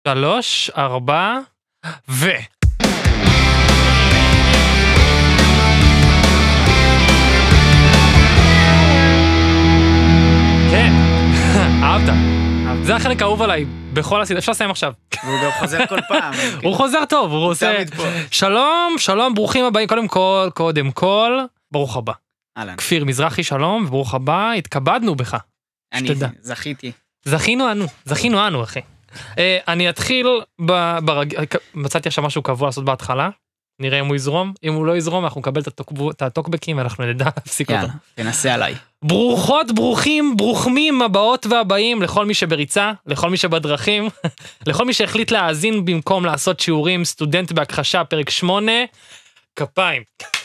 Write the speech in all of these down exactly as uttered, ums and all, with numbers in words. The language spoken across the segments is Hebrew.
שלוש, ארבע, ו... כן, אהבת. זה החלק האהוב עליי, בכל הסדרה, אפשר לסיים עכשיו. והוא גם חוזר כל פעם. הוא חוזר טוב, הוא עושה... שלום, שלום, ברוכים הבאים, קודם כל, קודם כל, ברוך הבא. אהלן. כפיר מזרחי, שלום, וברוך הבא, התכבדנו בך. אני שתדע. זכיתי. זכינו אנו, זכינו אנו, אחי. אה, אני אתחיל, ב- ברג... מצאתי עכשיו משהו קבוע לעשות בהתחלה, נראה אם הוא יזרום, אם הוא לא יזרום, אנחנו נקבל את הטוק- את הטוקבקים, ואנחנו נדע להפסיק אותו. יאללה, תנסה עליי. ברוכות, ברוכים, ברוכמים הבאות והבאים לכל מי שבריצה, לכל מי שבדרכים, לכל מי שהחליט להאזין במקום לעשות שיעורים, סטודנט בהכחשה, פרק שמונה, כפיים.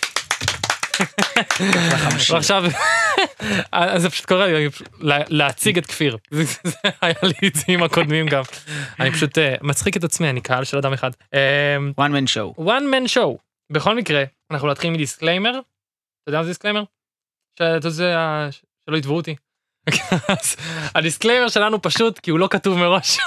ועכשיו, אז זה פשוט קורה לי, להציג את כפיר. זה היה לי את זה עם הקודמים גם. אני פשוט מצחיק את עצמי, אני קהל של אדם אחד. one man show. one man show. בכל מקרה, אנחנו נתחיל מדיסקליימר. אתה יודע מה זה דיסקליימר? שאתה יודע, שלא יתבעו אותי. הדיסקליימר שלנו פשוט, כי הוא לא כתוב מראש.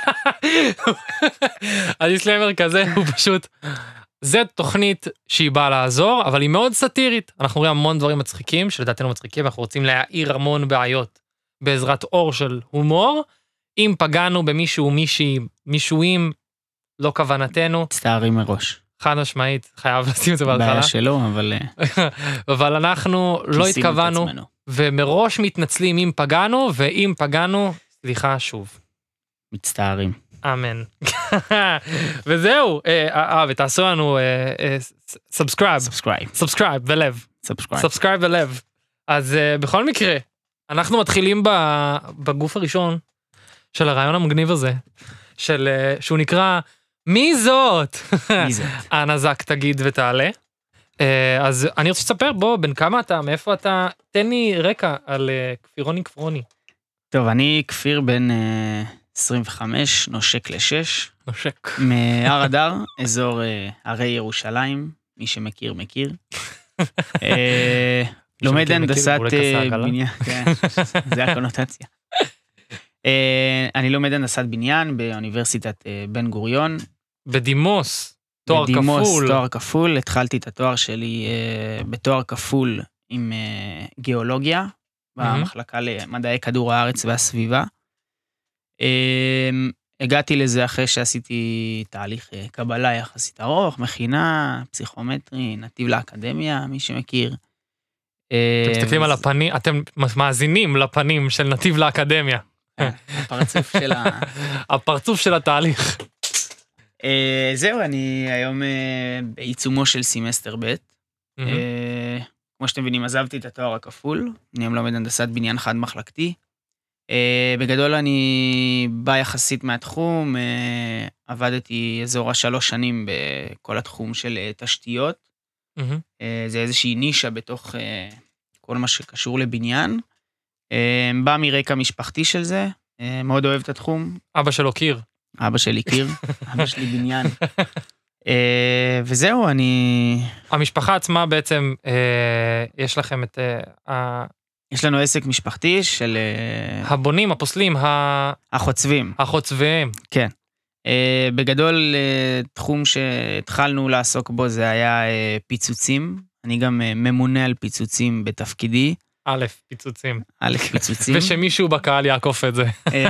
הדיסקליימר כזה הוא פשוט, זה תוכנית שהיא באה לעזור, אבל היא מאוד סאטירית. אנחנו רואים המון דברים מצחיקים, שלדעתנו מצחיקים, ואנחנו רוצים להעיר המון בעיות בעזרת אור של הומור. אם פגענו במישהו, מישהי, מישהוים, לא כוונתנו. מצטערים מראש. חד משמעית, חייב לשים את זה בהתחלה. בעיה שלו, אבל... אבל אנחנו לא התכוונו, ומראש מתנצלים אם פגענו, ואם פגענו, סליחה שוב. מצטערים. אמן. וזהו, אה, ותעשו לנו סאבסקרייב. סאבסקרייב. סאבסקרייב ולב. סאבסקרייב. סאבסקרייב ולב. אז בכל מקרה, אנחנו מתחילים בגוף הראשון של הרעיון המגניב הזה, שהוא נקרא... מי זאת? מי זאת? אנה זק תגיד ותעלה. אז אני רוצה לספר, בוא, בין כמה אתה, מאיפה אתה, תן לי רקע על כפירוני כפרוני. טוב, אני כפיר בן עשרים וחמש, נושק לשש. נושק. מהר אדר, אזור הרי ירושלים, מי שמכיר מכיר. לומד הנדסת בניין, זה הקונוטציה. אני לומד הנדסת בניין באוניברסיטת בן גוריון. בדימוס, תואר כפול. בדימוס, תואר כפול. התחלתי את התואר שלי בתואר כפול עם גיאולוגיה, במחלקה למדעי כדור הארץ והסביבה. הגעתי לזה אחרי שעשיתי תהליך קבלה יחסית ארוך, מכינה, פסיכומטרי, נתיב לאקדמיה, מי שמכיר. אתם מסתכלים על הפנים, אתם מאזינים לפנים של נתיב לאקדמיה. הפרצוף של ה... הפרצוף של התהליך. זהו, אני היום בעיצומו של סמסטר ב'. כמו שאתם מבינים, עזבתי את התואר הכפול, אני היום לומד הנדסת בניין חד מחלקתי. בגדול אני בא יחסית מהתחום, עבדתי אזור השלוש שנים בכל התחום של תשתיות. זה איזושהי נישה בתוך כל מה שקשור לבניין. בא מרקע משפחתי של זה, מאוד אוהב את התחום. אבא שלו קיר. אבא שלי קיר, אבא שלי בניין. וזהו, אני... המשפחה עצמה בעצם, יש לכם את... יש לנו עסק משפחתי של... הבונים, הפוסלים, החוצבים. החוצבים. כן. בגדול, תחום שהתחלנו לעסוק בו זה היה פיצוצים. אני גם ממונה על פיצוצים בתפקידי. א', פיצוצים. א', פיצוצים. ושמישהו בקהל יעקוף את זה.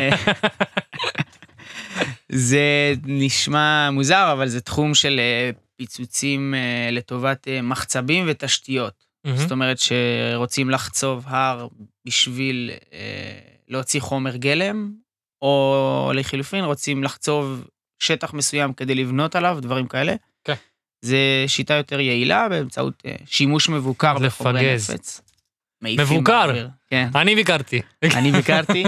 זה נשמע מוזר, אבל זה תחום של פיצוצים לטובת מחצבים ותשתיות. זאת אומרת שרוצים לחצוב הר בשביל להוציא חומר גלם, או לחילופין רוצים לחצוב שטח מסוים כדי לבנות עליו, דברים כאלה. כן. זה שיטה יותר יעילה באמצעות שימוש מבוקר בחומרי נפץ. מבוקר, כן. אני ביקרתי. אני ביקרתי.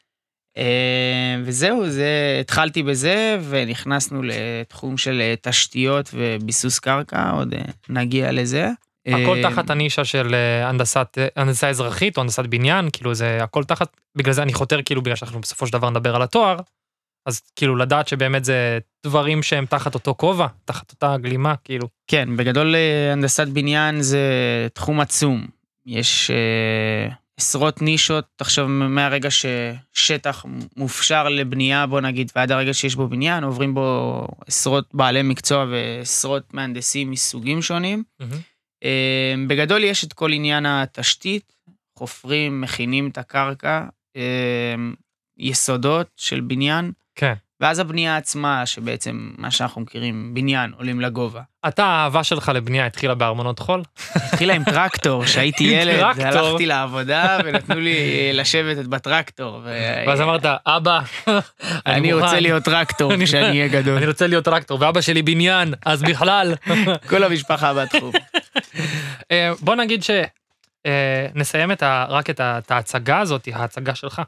וזהו, זה, התחלתי בזה, ונכנסנו לתחום של תשתיות וביסוס קרקע, עוד נגיע לזה. הכל תחת הנישה של הנדסת, הנדסה אזרחית או הנדסת בניין, כאילו זה הכל תחת, בגלל זה אני חותר כאילו, בגלל שאנחנו בסופו של דבר נדבר על התואר, אז כאילו לדעת שבאמת זה דברים שהם תחת אותו כובע, תחת אותה גלימה, כאילו. כן, בגדול הנדסת בניין זה תחום עצום. יש עשרות נישות, תחשוב מהרגע ששטח מופשר לבנייה, בוא נגיד, ועד הרגע שיש בו בניין, עוברים בו עשרות בעלי מקצוע ועשרות מהנדסים מסוגים שונים. Mm-hmm. בגדול יש את כל עניין התשתית, חופרים, מכינים את הקרקע, יסודות של בניין, כן. ואז הבנייה עצמה, שבעצם מה שאנחנו מכירים, בניין, עולים לגובה. אתה, האהבה שלך לבנייה התחילה בארמונות חול? התחילה עם טרקטור, שהייתי ילד, טרקטור. הלכתי לעבודה, ונתנו לי לשבת בטרקטור. ואז אמרת, אבא, אני רוצה להיות טרקטור כשאני אהיה גדול. אני רוצה להיות טרקטור, ואבא שלי בניין, אז בכלל. כל המשפחה בתחום. בוא נגיד שנסיים רק את ההצגה הזאת, ההצגה שלך,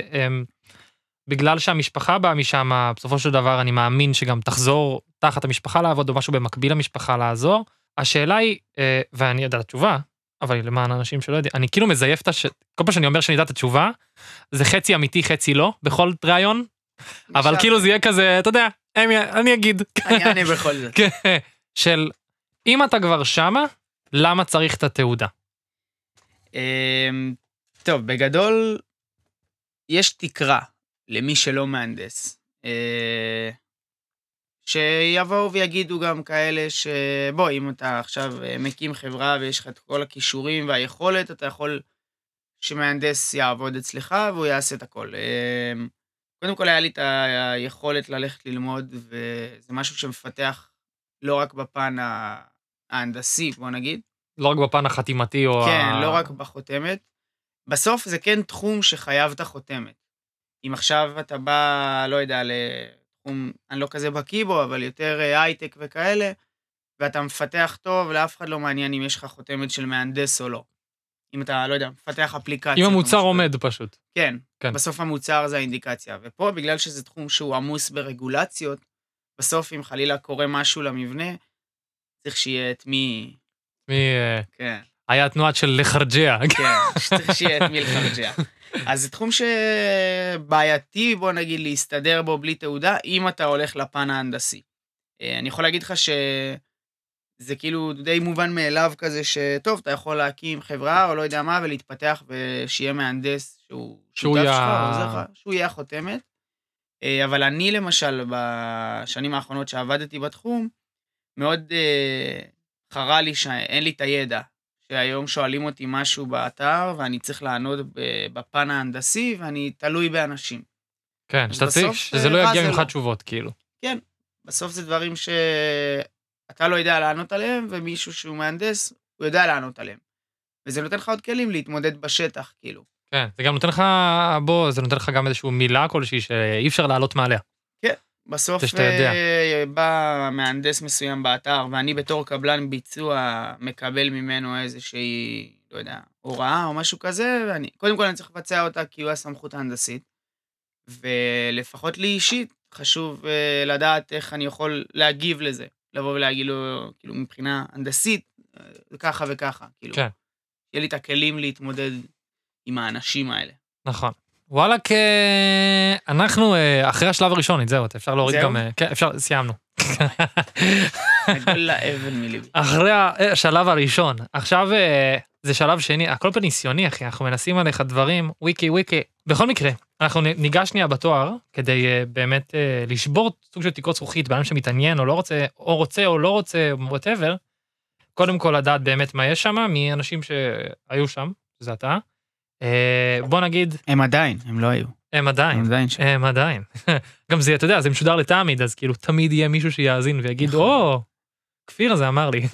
בגלל שהמשפחה באה משם, בסופו של דבר אני מאמין שגם תחזור תחת המשפחה לעבוד, או משהו במקביל למשפחה לעזור. השאלה היא, ואני יודע את התשובה, אבל למען האנשים שלא יודעים, אני כאילו מזייף את השאלה, כל פעם שאני אומר שאני יודע את התשובה, זה חצי אמיתי, חצי לא, בכל ראיון, אבל כאילו זה יהיה כזה, אתה יודע, אני אגיד. אני אענה בכל זאת. של, אם אתה כבר שמה, למה צריך את התעודה? טוב, בגדול, יש תקרה. למי שלא מהנדס, שיבואו ויגידו גם כאלה שבוא, אם אתה עכשיו מקים חברה ויש לך את כל הכישורים והיכולת, אתה יכול שמהנדס יעבוד אצלך והוא יעשה את הכל. קודם כל היה לי את היכולת ללכת ללמוד, וזה משהו שמפתח לא רק בפן ההנדסי, בוא נגיד. לא רק בפן החתימתי או... כן, לא רק בחותמת. בסוף זה כן תחום שחייב את החותמת. אם עכשיו אתה בא, לא יודע, לתחום, אני לא כזה בקיא בו, אבל יותר הייטק וכאלה, ואתה מפתח טוב, לאף אחד לא מעניין אם יש לך חותמת של מהנדס או לא. אם אתה, לא יודע, מפתח אפליקציה. אם המוצר עומד פשוט. כן, כן, בסוף המוצר זה האינדיקציה. ופה, בגלל שזה תחום שהוא עמוס ברגולציות, בסוף אם חלילה קורה משהו למבנה, צריך שיהיה את מי... מי... כן. היה תנועת של לחרג'יה. כן, שצריך שיהיה את מי לחרג'יה. אז זה תחום שבעייתי, בוא נגיד, להסתדר בו בלי תעודה, אם אתה הולך לפן ההנדסי. אני יכול להגיד לך שזה כאילו די מובן מאליו כזה, שטוב, אתה יכול להקים חברה או לא יודע מה, ולהתפתח ושיהיה מהנדס שהוא שותף שלך, או עוזר לך, שהוא יהיה חותמת. אבל אני למשל, בשנים האחרונות שעבדתי בתחום, מאוד חרה לי שאין לי את הידע. שהיום שואלים אותי משהו באתר, ואני צריך לענות בפן ההנדסי, ואני תלוי באנשים. כן, שאתה צריך, שזה לא יגיע ממך תשובות, כאילו. כן, בסוף זה דברים שאתה לא יודע לענות עליהם, ומישהו שהוא מהנדס, הוא יודע לענות עליהם. וזה נותן לך עוד כלים להתמודד בשטח, כאילו. כן, זה גם נותן לך, בוא, זה נותן לך גם איזושהי מילה כלשהי, שאי אפשר לעלות מעליה. כן, בסוף בא מהנדס מסוים באתר, ואני בתור קבלן ביצוע מקבל ממנו איזושהי, לא יודע, הוראה או משהו כזה, ואני, קודם כל אני צריך לבצע אותה כי הוא הסמכות ההנדסית, ולפחות לי אישית חשוב לדעת איך אני יכול להגיב לזה, לבוא ולהגיד לו, כאילו מבחינה הנדסית, ככה וככה, כאילו. כן. יהיה לי את הכלים להתמודד עם האנשים האלה. נכון. וואלה, אנחנו אחרי השלב הראשון, זהו, אפשר להוריד גם, כן, אפשר, סיימנו. נגול לאבן מליבי. אחרי השלב הראשון, עכשיו זה שלב שני, הכל בניסיוני, אחי, אנחנו מנסים עליך דברים, וויקי, וויקי. בכל מקרה, אנחנו ניגש שנייה בתואר, כדי באמת לשבור סוג של תקרות זכוכית, באדם שמתעניין או לא רוצה, או רוצה או לא רוצה, whatever, קודם כל לדעת באמת מה יש שם, מאנשים שהיו שם, זה אתה. בוא נגיד... הם עדיין, הם לא היו. הם עדיין. הם עדיין שם. הם עדיין. גם זה, אתה יודע, זה משודר לתמיד, אז כאילו תמיד יהיה מישהו שיאזין ויגיד, או, כפיר הזה אמר לי.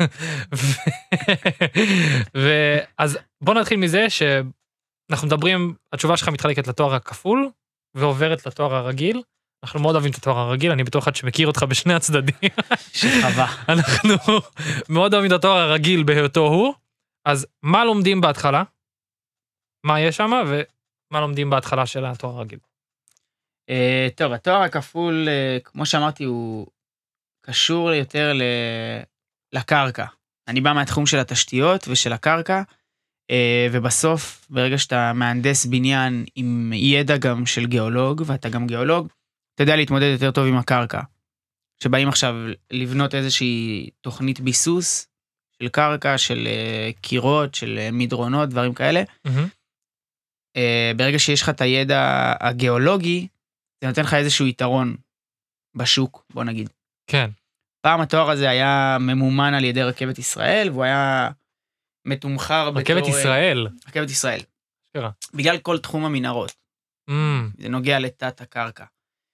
אז בוא נתחיל מזה שאנחנו מדברים, התשובה שלך מתחלקת לתואר הכפול, ועוברת לתואר הרגיל. אנחנו מאוד אוהבים את התואר הרגיל, אני בתור אחד שמכיר אותך בשני הצדדים. שחווה. אנחנו מאוד אוהבים את התואר הרגיל בהיותו הוא. אז מה לומדים בהתחלה? מה יש שם, ומה לומדים בהתחלה של התואר הרגיל? טוב, התואר הכפול, כמו שאמרתי, הוא קשור יותר לקרקע. אני בא מהתחום של התשתיות ושל הקרקע, ובסוף, ברגע שאתה מהנדס בניין עם ידע גם של גיאולוג, ואתה גם גיאולוג, אתה יודע להתמודד יותר טוב עם הקרקע. שבאים עכשיו לבנות איזושהי תוכנית ביסוס של קרקע, של קירות, של מדרונות, דברים כאלה. אה, ברגע שיש לך את הידע הגיאולוגי, זה נותן לך איזשהו יתרון בשוק, בוא נגיד. כן. פעם התואר הזה היה ממומן על ידי רכבת ישראל, והוא היה מתומחר בתור... רכבת ישראל. רכבת ישראל. שקרה. בגלל כל תחום המנהרות. Mm, זה נוגע לתת הקרקע.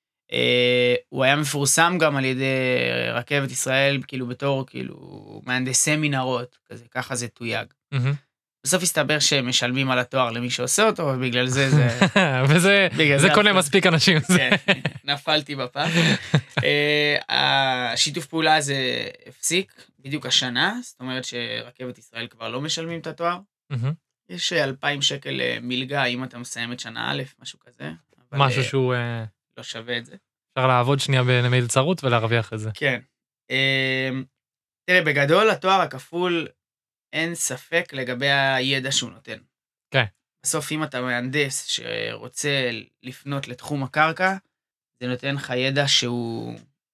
אה, הוא היה מפורסם גם על ידי רכבת ישראל, כאילו בתור, כאילו, מהנדסי מנהרות, כזה, ככה זה תויג. mhm. בסוף הסתבר שהם משלמים על התואר למי שעושה אותו, ובגלל זה זה... וזה בגלל זה זה קונה אפילו- מספיק אנשים. זה- כן, נפלתי בפח. אה, השיתוף פעולה הזה הפסיק בדיוק השנה, זאת אומרת שרכבת ישראל כבר לא משלמים את התואר. Mhm. יש אלפיים שקל אה, מלגה אם אתה מסיים את שנה א', משהו כזה. אבל, משהו אה, שהוא אה, לא שווה את זה. אפשר לעבוד שנייה במלצרות ולהרוויח את זה. כן. אה, תראה, בגדול התואר הכפול, אין ספק לגבי הידע שהוא נותן. כן. בסוף אם אתה מהנדס שרוצה לפנות לתחום הקרקע, זה נותן לך ידע שהוא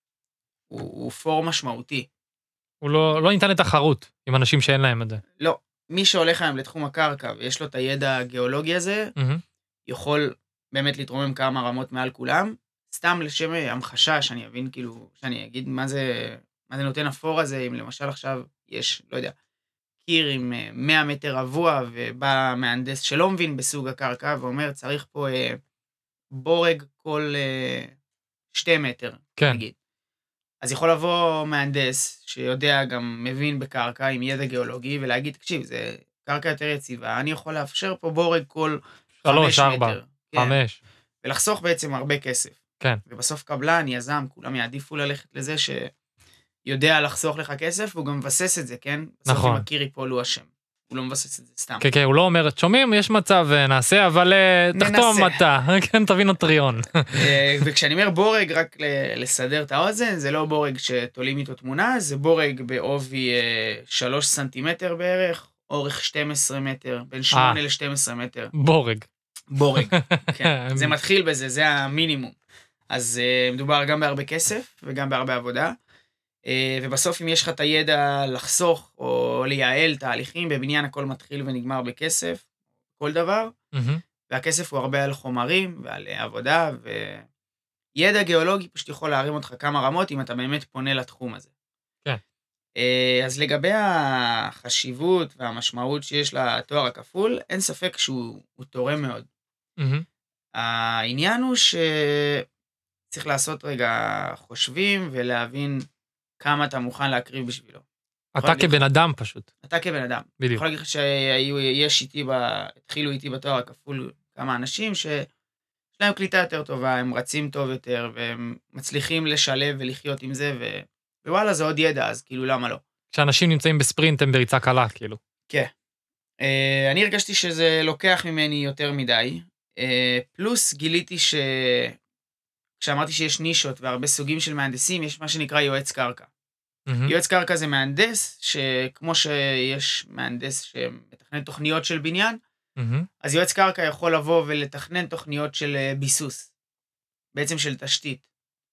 הוא, הוא פור משמעותי. הוא לא לא ניתן לתחרות עם אנשים שאין להם את זה. לא, מי שהולך היום לתחום הקרקע ויש לו את הידע הגיאולוגי הזה, Mhm. יכול באמת להתרומם כמה רמות מעל כולם. סתם לשם המחשה, שאני אבין כאילו, שאני אגיד מה זה, מה זה נותן אפור הזה, אם למשל עכשיו יש, לא יודע, קיר עם אה, מאה מטר רבוע, ובא מהנדס שלא מבין בסוג הקרקע, ואומר, צריך פה אה, בורג כל אה, שתי מטר, כן. נגיד. אז יכול לבוא מהנדס שיודע גם מבין בקרקע עם ידע גיאולוגי, ולהגיד, תקשיב, זה קרקע יותר יציבה, אני יכול לאפשר פה בורג כל שלוש, חמש ארבע, מטר. כן. חמש. ולחסוך בעצם הרבה כסף. כן. ובסוף קבלן, יזם, כולם יעדיפו ללכת לזה שיודע לחסוך לך כסף, והוא גם מבסס את זה, כן? בסוף נכון. אם הקיר ייפול הוא אשם. הוא לא מבסס את זה סתם. כן, כן, הוא לא אומר, שומעים, יש מצב, אה, נעשה, אבל אה, תחתום ננסה. אתה, כן, תביא נוטריון. אה, וכשאני אומר בורג, רק ל- לסדר את האוזן, זה לא בורג שתולים איתו תמונה, זה בורג בעובי אה, שלוש סנטימטר בערך, אורך שתים עשרה מטר, בין שמונה ל-שתים עשרה מטר. בורג. בורג. כן. זה מתחיל בזה, זה המינימום. אז uh, מדובר גם בהרבה כסף וגם בהרבה עבודה. Uh, ובסוף אם יש לך את הידע לחסוך או לייעל תהליכים, בבניין הכל מתחיל ונגמר בכסף, כל דבר, Mhm. והכסף הוא הרבה על חומרים ועל uh, עבודה, וידע גיאולוגי פשוט יכול להרים אותך כמה רמות אם אתה באמת פונה לתחום הזה. כן. Uh, אז לגבי החשיבות והמשמעות שיש לתואר הכפול, אין ספק שהוא הוא תורם מאוד. Mhm. העניין הוא שצריך לעשות רגע חושבים ולהבין כמה אתה מוכן להקריב בשבילו. אתה להגיד לך- כבן אדם פשוט, אתה כבן אדם. אני בדיוק. יכול להגיד לך שיש איתי, ב... התחילו איתי בתואר הכפול כמה אנשים שיש להם קליטה יותר טובה, הם רצים טוב יותר, והם מצליחים לשלב ולחיות עם זה, ו... ווואלה זה עוד ידע, אז כאילו למה לא? כשאנשים נמצאים בספרינט הם בריצה קלה, כאילו. כן. Uh, אני הרגשתי שזה לוקח ממני יותר מדי, uh, פלוס גיליתי ש... כשאמרתי שיש נישות והרבה סוגים של מהנדסים, יש מה שנקרא יועץ קרקע. Mhm. יועץ קרקע זה מהנדס, שכמו שיש מהנדס שמתכנן תוכניות של בניין, Mhm. אז יועץ קרקע יכול לבוא ולתכנן תוכניות של אה, ביסוס, בעצם של תשתית.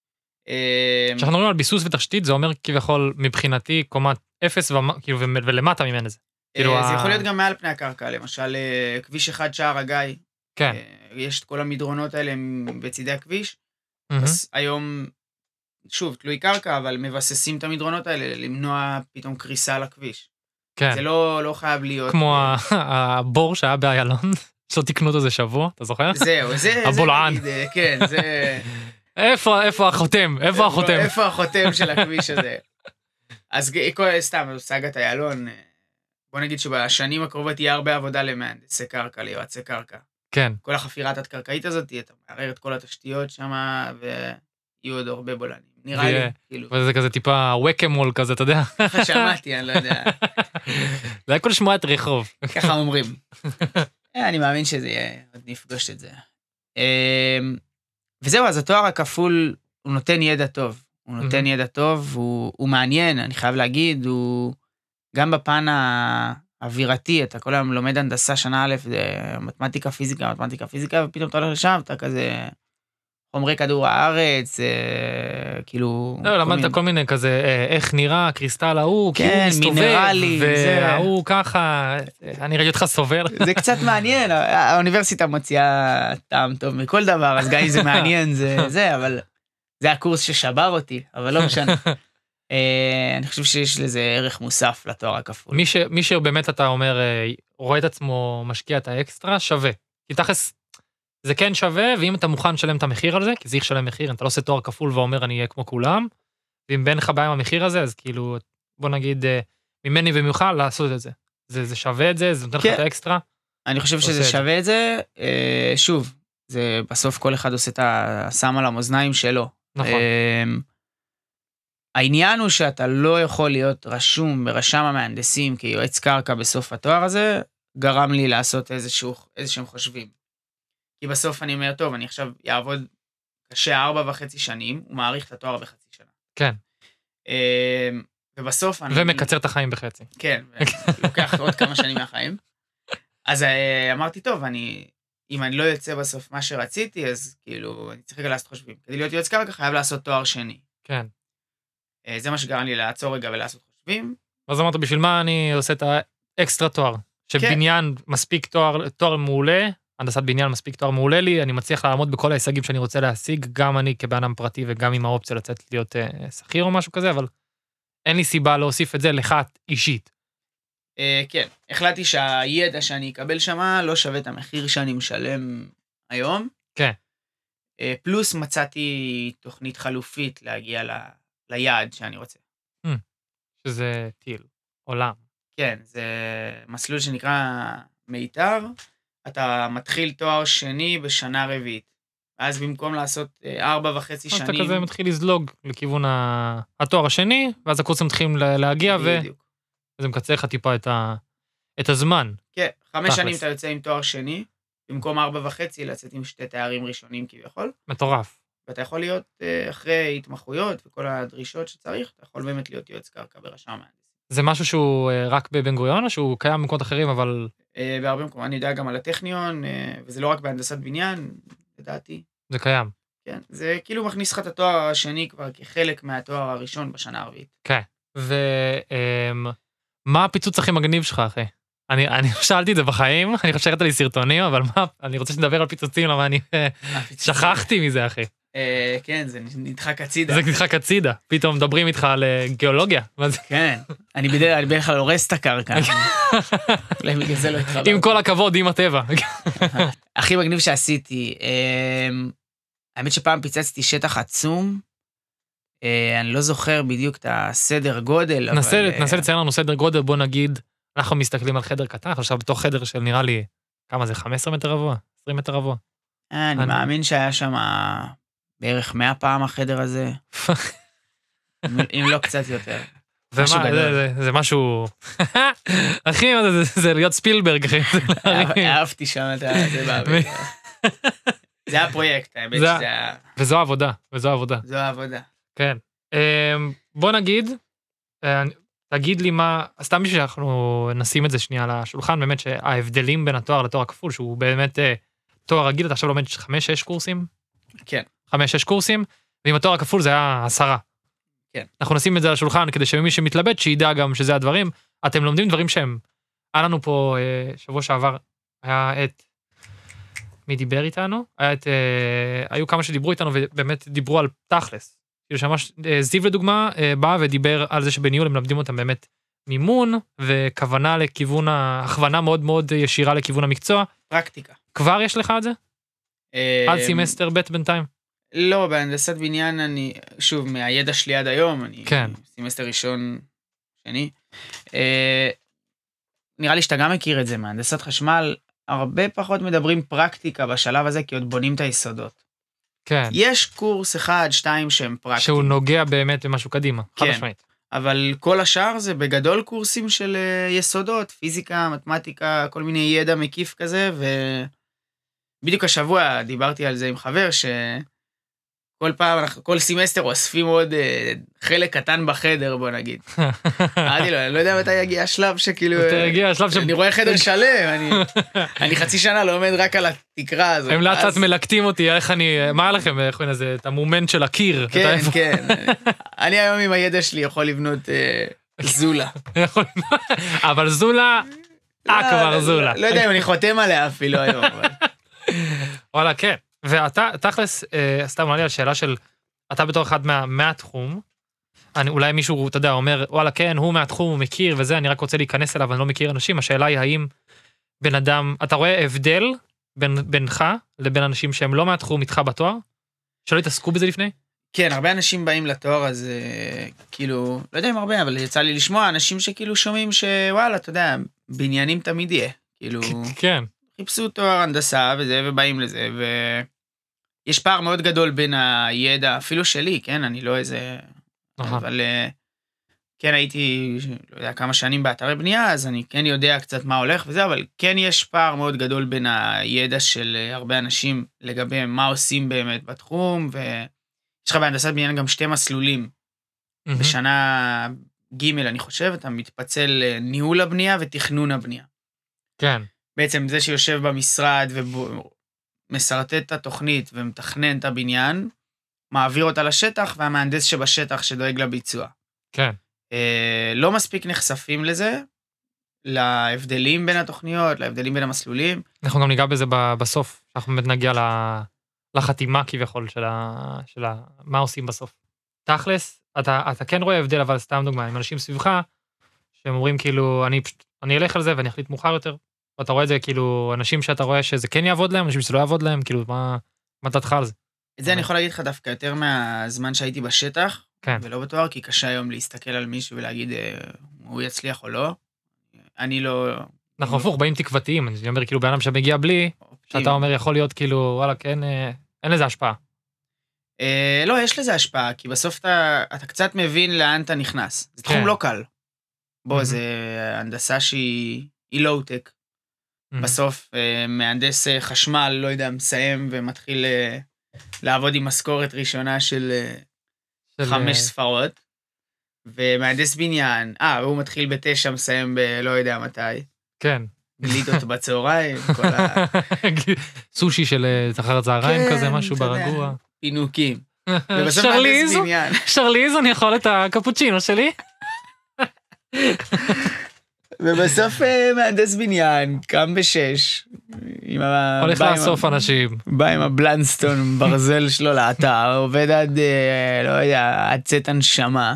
אה, כשאנחנו מדברים על ביסוס ותשתית, זה אומר כביכול מבחינתי קומת אפס ומ- כאילו, ו- ולמטה ממנו זה. כאילו אה, זה ה- יכול להיות גם מעל פני הקרקע, למשל אה, כביש אחד שער הגיא, כן. אה, יש את כל המדרונות האלה הם בצידי הכביש, Mhm. אז היום, שוב, תלוי קרקע, אבל מבססים את המדרונות האלה, למנוע פתאום קריסה לכביש. כן. זה לא, לא חייב להיות... כמו אה, ה- הבור שהיה באיילון, שלא תקנו אותו איזה שבוע, אתה זוכר? זהו, זה... זה הבולען. נגיד, אה, כן, זה... איפה איפה החותם? איפה החותם? איפה החותם של הכביש הזה? אז ג- כל- סתם, סאגת איילון, אה, בוא נגיד שבשנים הקרובות תהיה הרבה עבודה למהנדסי קרקע, ליועצי קרקע. כן. כל החפירה התת-קרקעית הזאת, אתה מערער את כל התשתיות שם, ויהיו עוד הרבה בולענים. נראה לי, ויהיה- כאילו, וזה כזה טיפה ווקמול כזה, אתה יודע. ככה שמעתי, אני לא יודע, זה היה כל שמועת רחוב. ככה אומרים. אה, אני מאמין שזה יהיה, עוד נפגוש את זה. אמ, וזהו, אז התואר הכפול, הוא נותן ידע טוב. הוא נותן ידע טוב, הוא, הוא מעניין, אני חייב להגיד, הוא גם בפן האווירתי, אתה כל היום לומד הנדסה שנה א', זה מתמטיקה, פיזיקה, מתמטיקה, פיזיקה, ופתאום אתה הולך לשם, אתה כזה חומרי כדור הארץ, כאילו... לא, למדת כל מיני כזה, איך נראה הקריסטל ההוא, כי הוא כן, מסתובב, מינרלים, זה... וההוא ככה, אני ראיתי אותך סובל. זה קצת מעניין, האוניברסיטה מוציאה טעם טוב מכל דבר, אז גם אם זה מעניין, זה זה, אבל זה הקורס ששבר אותי, אבל לא משנה. אני חושב שיש לזה ערך מוסף לתואר הכפול. מי ש, מי שבאמת אתה אומר, רואה את עצמו משקיע את האקסטרה, שווה. כי תכלס, זה כן שווה, ואם אתה מוכן לשלם את המחיר על זה, כי זה ישלם מחיר, אתה לא עושה תואר כפול ואומר אני אהיה כמו כולם, ואם בין לך בעיה עם המחיר הזה, אז כאילו, בוא נגיד, ממני וממך לעשות את זה. זה, זה שווה את זה, זה נותן לך את האקסטרה. אני חושב שזה שווה את זה, שוב, זה בסוף כל אחד עושה את השם על המאזניים שלו. נכון. העניין הוא שאתה לא יכול להיות רשום ברשם המהנדסים כיועץ קרקע בסוף התואר הזה, גרם לי לעשות איזשהו, איזשהם חושבים. כי בסוף אני אומר, טוב, אני עכשיו יעבוד קשה ארבע וחצי שנים, הוא מעריך את התואר בחצי שנה. כן. ובסוף אני... ומקצר את החיים בחצי. כן, לוקח עוד כמה שנים מהחיים. אז אמרתי, טוב, אני, אם אני לא יוצא בסוף מה שרציתי, אז כאילו, אני צריך רגע לעשות חושבים. כדי להיות יועץ קרקע, חייב לעשות תואר שני. כן. זה מה שגרם לי לעצור רגע ולעשות חושבים. אז אמרת, בשביל מה אני עושה את האקסטרה תואר? שבניין מספיק תואר, תואר מעולה, הנדסת בניין מספיק תואר מעולה לי, אני מצליח לעמוד בכל ההישגים שאני רוצה להשיג, גם אני כבאדם פרטי וגם עם האופציה לצאת להיות uh, שכיר או משהו כזה, אבל אין לי סיבה להוסיף את זה לך אישית. Uh, כן, החלטתי שהידע שאני אקבל שמה לא שווה את המחיר שאני משלם היום. כן. Uh, פלוס מצאתי תוכנית חלופית להגיע ל... ליעד שאני רוצה. Hmm, שזה טיל, עולם. כן, זה מסלול שנקרא מיתר, אתה מתחיל תואר שני בשנה רביעית, ואז במקום לעשות ארבע וחצי שנים... אתה כזה מתחיל לזלוג לכיוון התואר השני, ואז הקורסים מתחילים להגיע, וזה מקצר לך טיפה את הזמן. כן, חמש שנים אתה יוצא עם תואר שני, במקום ארבע וחצי לצאת עם שתי תארים ראשונים כביכול. מטורף. ואתה יכול להיות אחרי התמחויות וכל הדרישות שצריך, אתה יכול באמת להיות יועץ קרקע ברשם המהנדסים. זה משהו שהוא רק בבן גוריון, או שהוא קיים במקומות אחרים, אבל... בהרבה מקומות, אני יודע גם על הטכניון, וזה לא רק בהנדסת בניין, לדעתי. זה קיים. כן, זה כאילו מכניס לך את התואר השני כבר כחלק מהתואר הראשון בשנה הרביעית. כן, ומה הפיצוץ הכי מגניב שלך, אחי? אני, אני שאלתי את זה בחיים, אני חושב שראית לי סרטונים, אבל מה, אני רוצה שנדבר על פיצוצים, למה אני שכחתי מזה, אחי. כן, זה נדחק הצידה. זה נדחק הצידה, פתאום מדברים איתך על גיאולוגיה. כן, אני בדרך כלל הורס את הקרקע. עם כל הכבוד, עם הטבע. הכי מגניב שעשיתי, האמת שפעם פיצצתי שטח עצום, אני לא זוכר בדיוק את הסדר גודל. נסה לציין לנו סדר גודל, בוא נגיד, אנחנו מסתכלים על חדר קטן, עכשיו בתוך חדר של נראה לי, כמה זה, חמישה עשר מטר רבוע? עשרים מטר רבוע? אני מאמין שהיה שם בערך מאה פעם החדר הזה, אם לא קצת יותר. זה משהו, אחי, זה להיות ספילברג, אחי. אהבתי שם את זה באוויר. זה היה פרויקט, האמת שזה היה... וזו העבודה, וזו העבודה. זו העבודה. כן. בוא נגיד, תגיד לי מה, סתם בשביל שאנחנו נשים את זה שנייה על השולחן, באמת שההבדלים בין התואר לתואר הכפול, שהוא באמת תואר רגיל, אתה עכשיו לומד חמש שש קורסים? כן. חמש שש קורסים, ועם התואר הכפול זה היה עשרה. כן. אנחנו נשים את זה על השולחן, כדי שמי שמתלבט, שידע גם שזה הדברים. אתם לומדים דברים שהם, היה לנו פה שבוע שעבר, היה את, מי דיבר איתנו? היה את, היו כמה שדיברו איתנו, ובאמת דיברו על תכלס. כאילו שמש, זיו לדוגמה, בא ודיבר על זה שבניהול הם למדים אותם באמת מימון, וכוונה לכיוון, הכוונה מאוד מאוד ישירה לכיוון המקצוע. פרקטיקה. כבר יש לך את זה? עד סמסטר ב' בינתיים? לא, בהנדסת בניין אני, שוב, מהידע שלי עד היום, אני כן. סמסטר ראשון, שני. נראה לי שאתה גם מכיר את זה, מהנדסת חשמל, הרבה פחות מדברים פרקטיקה בשלב הזה, כי עוד בונים את היסודות. כן. יש קורס אחד, שתיים שהם פרקטיים. שהוא נוגע באמת במשהו קדימה, חד משמעית. אבל כל השאר זה בגדול קורסים של יסודות, פיזיקה, מתמטיקה, כל מיני ידע מקיף כזה, ובדיוק השבוע דיברתי על זה עם חבר, שכל כל פעם, אנחנו, כל סמסטר אוספים עוד אה, חלק קטן בחדר, בוא נגיד. אמרתי לו, אני לא יודע מתי יגיע השלב שכאילו... מתי יגיע השלב ש... אני רואה חדר שלם, אני, אני חצי שנה לא עומד רק על התקרה הזאת. הם לאט לאט אז- מלקטים אותי, איך אני... מה לכם, איך קוראים לזה? את המומנט של הקיר. אתה כן, איפה- כן. אני היום עם הידע שלי יכול לבנות אה, זולה. יכול- אבל זולה, אה לא, כבר לא, זולה. לא יודע אם אני חותם עליה אפילו היום. אבל- וואלה, כן. ואתה, תכלס, אה, סתם עולה לי על שאלה של, אתה בתור אחד מה- מהתחום, אני, אולי מישהו, אתה יודע, אומר, וואלה, כן, הוא מהתחום, הוא מכיר וזה, אני רק רוצה להיכנס אליו, אני לא מכיר אנשים, השאלה היא האם בן אדם, אתה רואה הבדל בין, בינך לבין אנשים שהם לא מהתחום איתך בתואר? שלא התעסקו בזה לפני? כן, הרבה אנשים באים לתואר הזה, כאילו, לא יודע אם הרבה, אבל יצא לי לשמוע אנשים שכאילו שומעים שוואלה, אתה יודע, בעניינים תמיד יהיה. כאילו, כן. חיפשו תואר הנדסה וזה, ובאים לזה, ויש פער מאוד גדול בין הידע, אפילו שלי, כן, אני לא איזה... נכון. אבל אה, כן הייתי, לא יודע, כמה שנים באתרי בנייה, אז אני כן יודע קצת מה הולך וזה, אבל כן יש פער מאוד גדול בין הידע של אה, הרבה אנשים לגבי מה עושים באמת בתחום, ויש לך בהנדסת בניין גם שתי מסלולים. מהמם. בשנה ג' אני חושב, אתה מתפצל אה, ניהול הבנייה ותכנון הבנייה. כן. בעצם זה שיושב במשרד ומסרטט את התוכנית ומתכנן את הבניין, מעביר אותה לשטח, והמהנדס שבשטח שדואג לביצוע. כן. אה, לא מספיק נחשפים לזה, להבדלים בין התוכניות, להבדלים בין המסלולים. אנחנו גם ניגע בזה ב- בסוף, אנחנו באמת נגיע ל- לחתימה כביכול של ה... של ה... מה עושים בסוף. תכלס, אתה, אתה כן רואה הבדל, אבל סתם דוגמה, עם אנשים סביבך, שהם אומרים כאילו, אני פשוט, אני אלך על זה ואני אחליט מאוחר יותר. ואתה רואה את זה כאילו, אנשים שאתה רואה שזה כן יעבוד להם, אנשים שזה לא יעבוד להם, כאילו, מה, מה דעתך על זה? את זה אני יכול להגיד לך דווקא יותר מהזמן שהייתי בשטח, כן. ולא בתואר, כי קשה היום להסתכל על מישהו ולהגיד, אה, הוא יצליח או לא. אני לא... אנחנו הפוך, באים תקוותיים, אני אומר כאילו, בן אדם שמגיע בלי, שאתה אומר יכול להיות כאילו, וואלה, כן, אה, אין לזה השפעה. אה, לא, יש לזה השפעה, כי בסוף אתה, אתה קצת מבין לאן אתה נכנס. זה תחום כן. לא קל. בוא, מהמם. זה הנדסה שהיא לואו-טק. בסוף אה, מהנדס אה, חשמל, לא יודע, מסיים ומתחיל אה, לעבוד עם משכורת ראשונה של אה, של, חמש אה, ספרות, ומהנדס בניין, אה, והוא מתחיל בתשע, מסיים בלא יודע מתי, כן. גלידות בצהריים, כל סושי של אה, אחר הצהריים כן, כזה, משהו אתה יודע. ברגוע. הפינוקים. ובסוף שרליז, מהנדס בניין. שרליז, אני יכול את הקפוצ'ינו שלי? ובסוף אה, מהנדס בניין, קם בשש, עם ה... הולך בא עם לאסוף ה- אנשים. בא עם הבלנסטון ברזל שלו לאתר, עובד עד, אה, לא יודע, עד צאת הנשמה,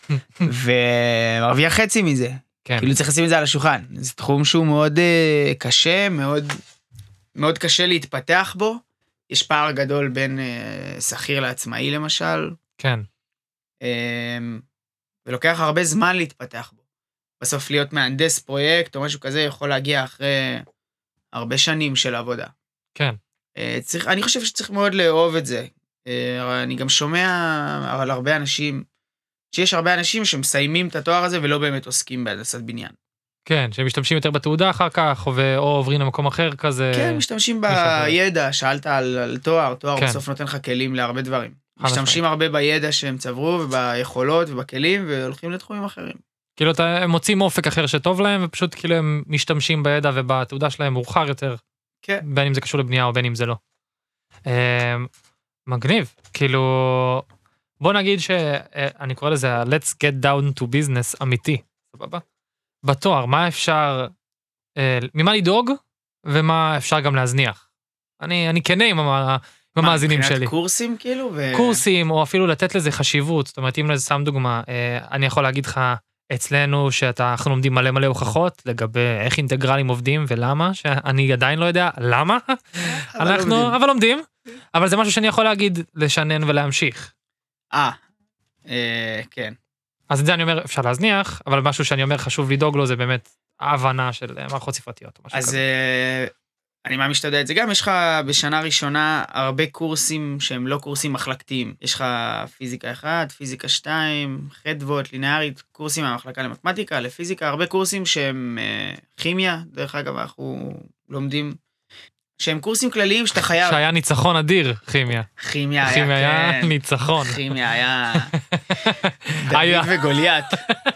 ומרוויח חצי מזה. כן. כאילו צריך לשים את זה על השולחן. זה תחום שהוא מאוד אה, קשה, מאוד, מאוד קשה להתפתח בו. יש פער גדול בין אה, שכיר לעצמאי למשל, כן. אה, ולוקח הרבה זמן להתפתח בו. בסוף להיות מהנדס פרויקט או משהו כזה יכול להגיע אחרי הרבה שנים של עבודה. כן. אה, צריך, אני חושב שצריך מאוד לאהוב את זה. אה, אני גם שומע על הרבה אנשים, שיש הרבה אנשים שמסיימים את התואר הזה ולא באמת עוסקים בהנדסת בניין. כן, שהם משתמשים יותר בתעודה אחר כך, או או עוברים למקום אחר כזה. כן, משתמשים מישהו אחר. בידע, שאלת על, על תואר, תואר כן. בסוף נותן לך כלים להרבה דברים. חד משמעית. משתמשים הרבה בידע שהם צברו, וביכולות ובכלים, והולכים לתחומים אחרים. כאילו אתה- הם מוצאים אופק אחר שטוב להם, ופשוט כאילו הם משתמשים בידע ובתעודה שלהם מאוחר יותר, כן. בין אם זה קשור לבנייה או בין אם זה לא. אה, מגניב, כאילו, בוא נגיד שאני קורא לזה ה- let's get down to business אמיתי, סבבה? בתואר, מה אפשר, אה, ממה לדאוג, ומה אפשר גם להזניח. אני, אני כנה עם המ- עם המאזינים מבחינת שלי. קורסים כאילו? ו... קורסים, או אפילו לתת לזה חשיבות, זאת אומרת, אם לזה שם דוגמה, אה, אני יכול להגיד לך, אצלנו שאנחנו לומדים מלא מלא הוכחות לגבי איך אינטגרלים עובדים ולמה, שאני עדיין לא יודע למה, אבל אנחנו, לומדים. אבל לומדים, אבל זה משהו שאני יכול להגיד, לשנן ולהמשיך. אה, אה, כן. אז את זה אני אומר, אפשר להזניח, אבל משהו שאני אומר חשוב לדאוג לו, זה באמת ההבנה של אה, מערכות ספרתיות. או משהו אז כזה. אה, אני מאמין שאתה יודע את זה גם, יש לך בשנה ראשונה הרבה קורסים שהם לא קורסים מחלקתיים. יש לך פיזיקה אחת, פיזיקה שתיים, חדוות, לינארית, קורסים מהמחלקה למתמטיקה, לפיזיקה, הרבה קורסים שהם אה, כימיה, דרך אגב אנחנו לומדים שהם קורסים כלליים שאתה חייב. שהיה ניצחון אדיר, כימיה. כימיה היה, כימיה היה כן. ניצחון. כימיה היה היה. דוד וגוליית.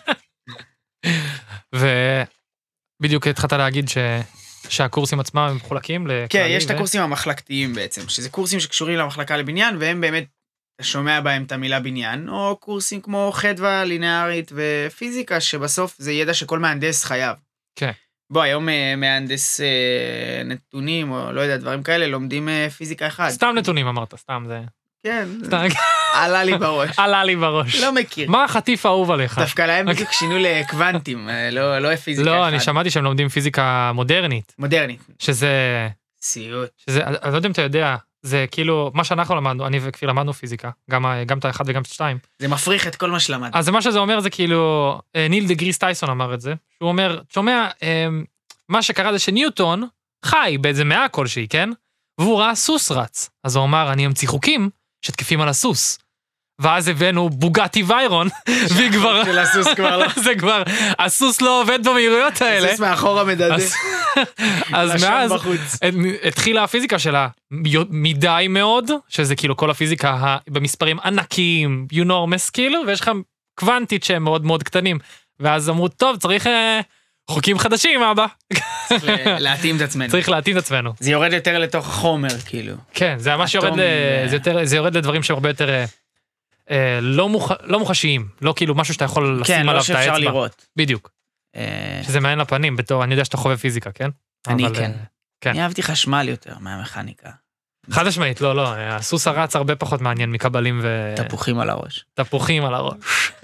ובדיוק התחלת להגיד ש... שהקורסים עצמם הם מחולקים לכללי. כן, יש את הקורסים המחלקתיים בעצם, שזה קורסים שקשורים למחלקה לבניין, והם באמת, אתה שומע בהם את המילה בניין, או קורסים כמו חדווה, לינארית ופיזיקה, שבסוף זה ידע שכל מהנדס חייב. כן. בוא, היום מהנדס נתונים, או לא יודע, דברים כאלה, לומדים פיזיקה אחד. סתם נתונים אמרת, סתם זה... כן, סתם... עלה לי בראש. עלה לי בראש. לא מכיר. מה החטיף האהוב עליך? דווקא להם בדיוק שינו לקוונטים, לא, לא פיזיקה אחד. לא, אני שמעתי שהם לומדים פיזיקה מודרנית. מודרנית. שזה... סיוט. שזה, אני לא יודע אם אתה יודע, זה כאילו, מה שאנחנו למדנו, אני וכפיר למדנו פיזיקה, גם, גם את האחד וגם את השתיים. זה מפריך את כל מה שלמד. אז מה שזה אומר זה כאילו, ניל דה גריס טייסון אמר את זה, שהוא אומר, שומע, מה שקרה זה שניוטון חי באיזה מאה כלשהי, כן? והוא ראה סוס רץ. אז הוא אמר, אני אמציא חוקים שתקפים על הסוס. ואז הבאנו בוגטי ויירון, והיא כבר... של הסוס כבר לא. זה כבר, הסוס לא עובד במהירויות האלה. הסוס מאחור המדדה. אז מאז התחילה הפיזיקה שלה מדי מאוד, שזה כאילו כל הפיזיקה במספרים ענקיים, יונורמס כאילו, ויש לך קוונטית שהם מאוד מאוד קטנים. ואז אמרו, טוב, צריך חוקים חדשים, אבא. צריך להתאים את עצמנו. צריך להתאים את עצמנו. זה יורד יותר לתוך החומר, כאילו. כן, זה ממש יורד, זה יורד לדברים שהם הרבה יותר... לא, מוח... לא מוחשיים, לא כאילו משהו שאתה יכול כן, לשים לא עליו את האצבע. שאפשר לראות. בדיוק. שזה מעין לפנים, בתור, אני יודע שאתה חובב פיזיקה, כן? אני אבל, כן. כן. אני אהבתי חשמל יותר מהמכניקה. חד משמעית, לא, לא, הסוס הרץ הרבה פחות מעניין מקבלים ו... תפוחים על הראש. תפוחים על הראש.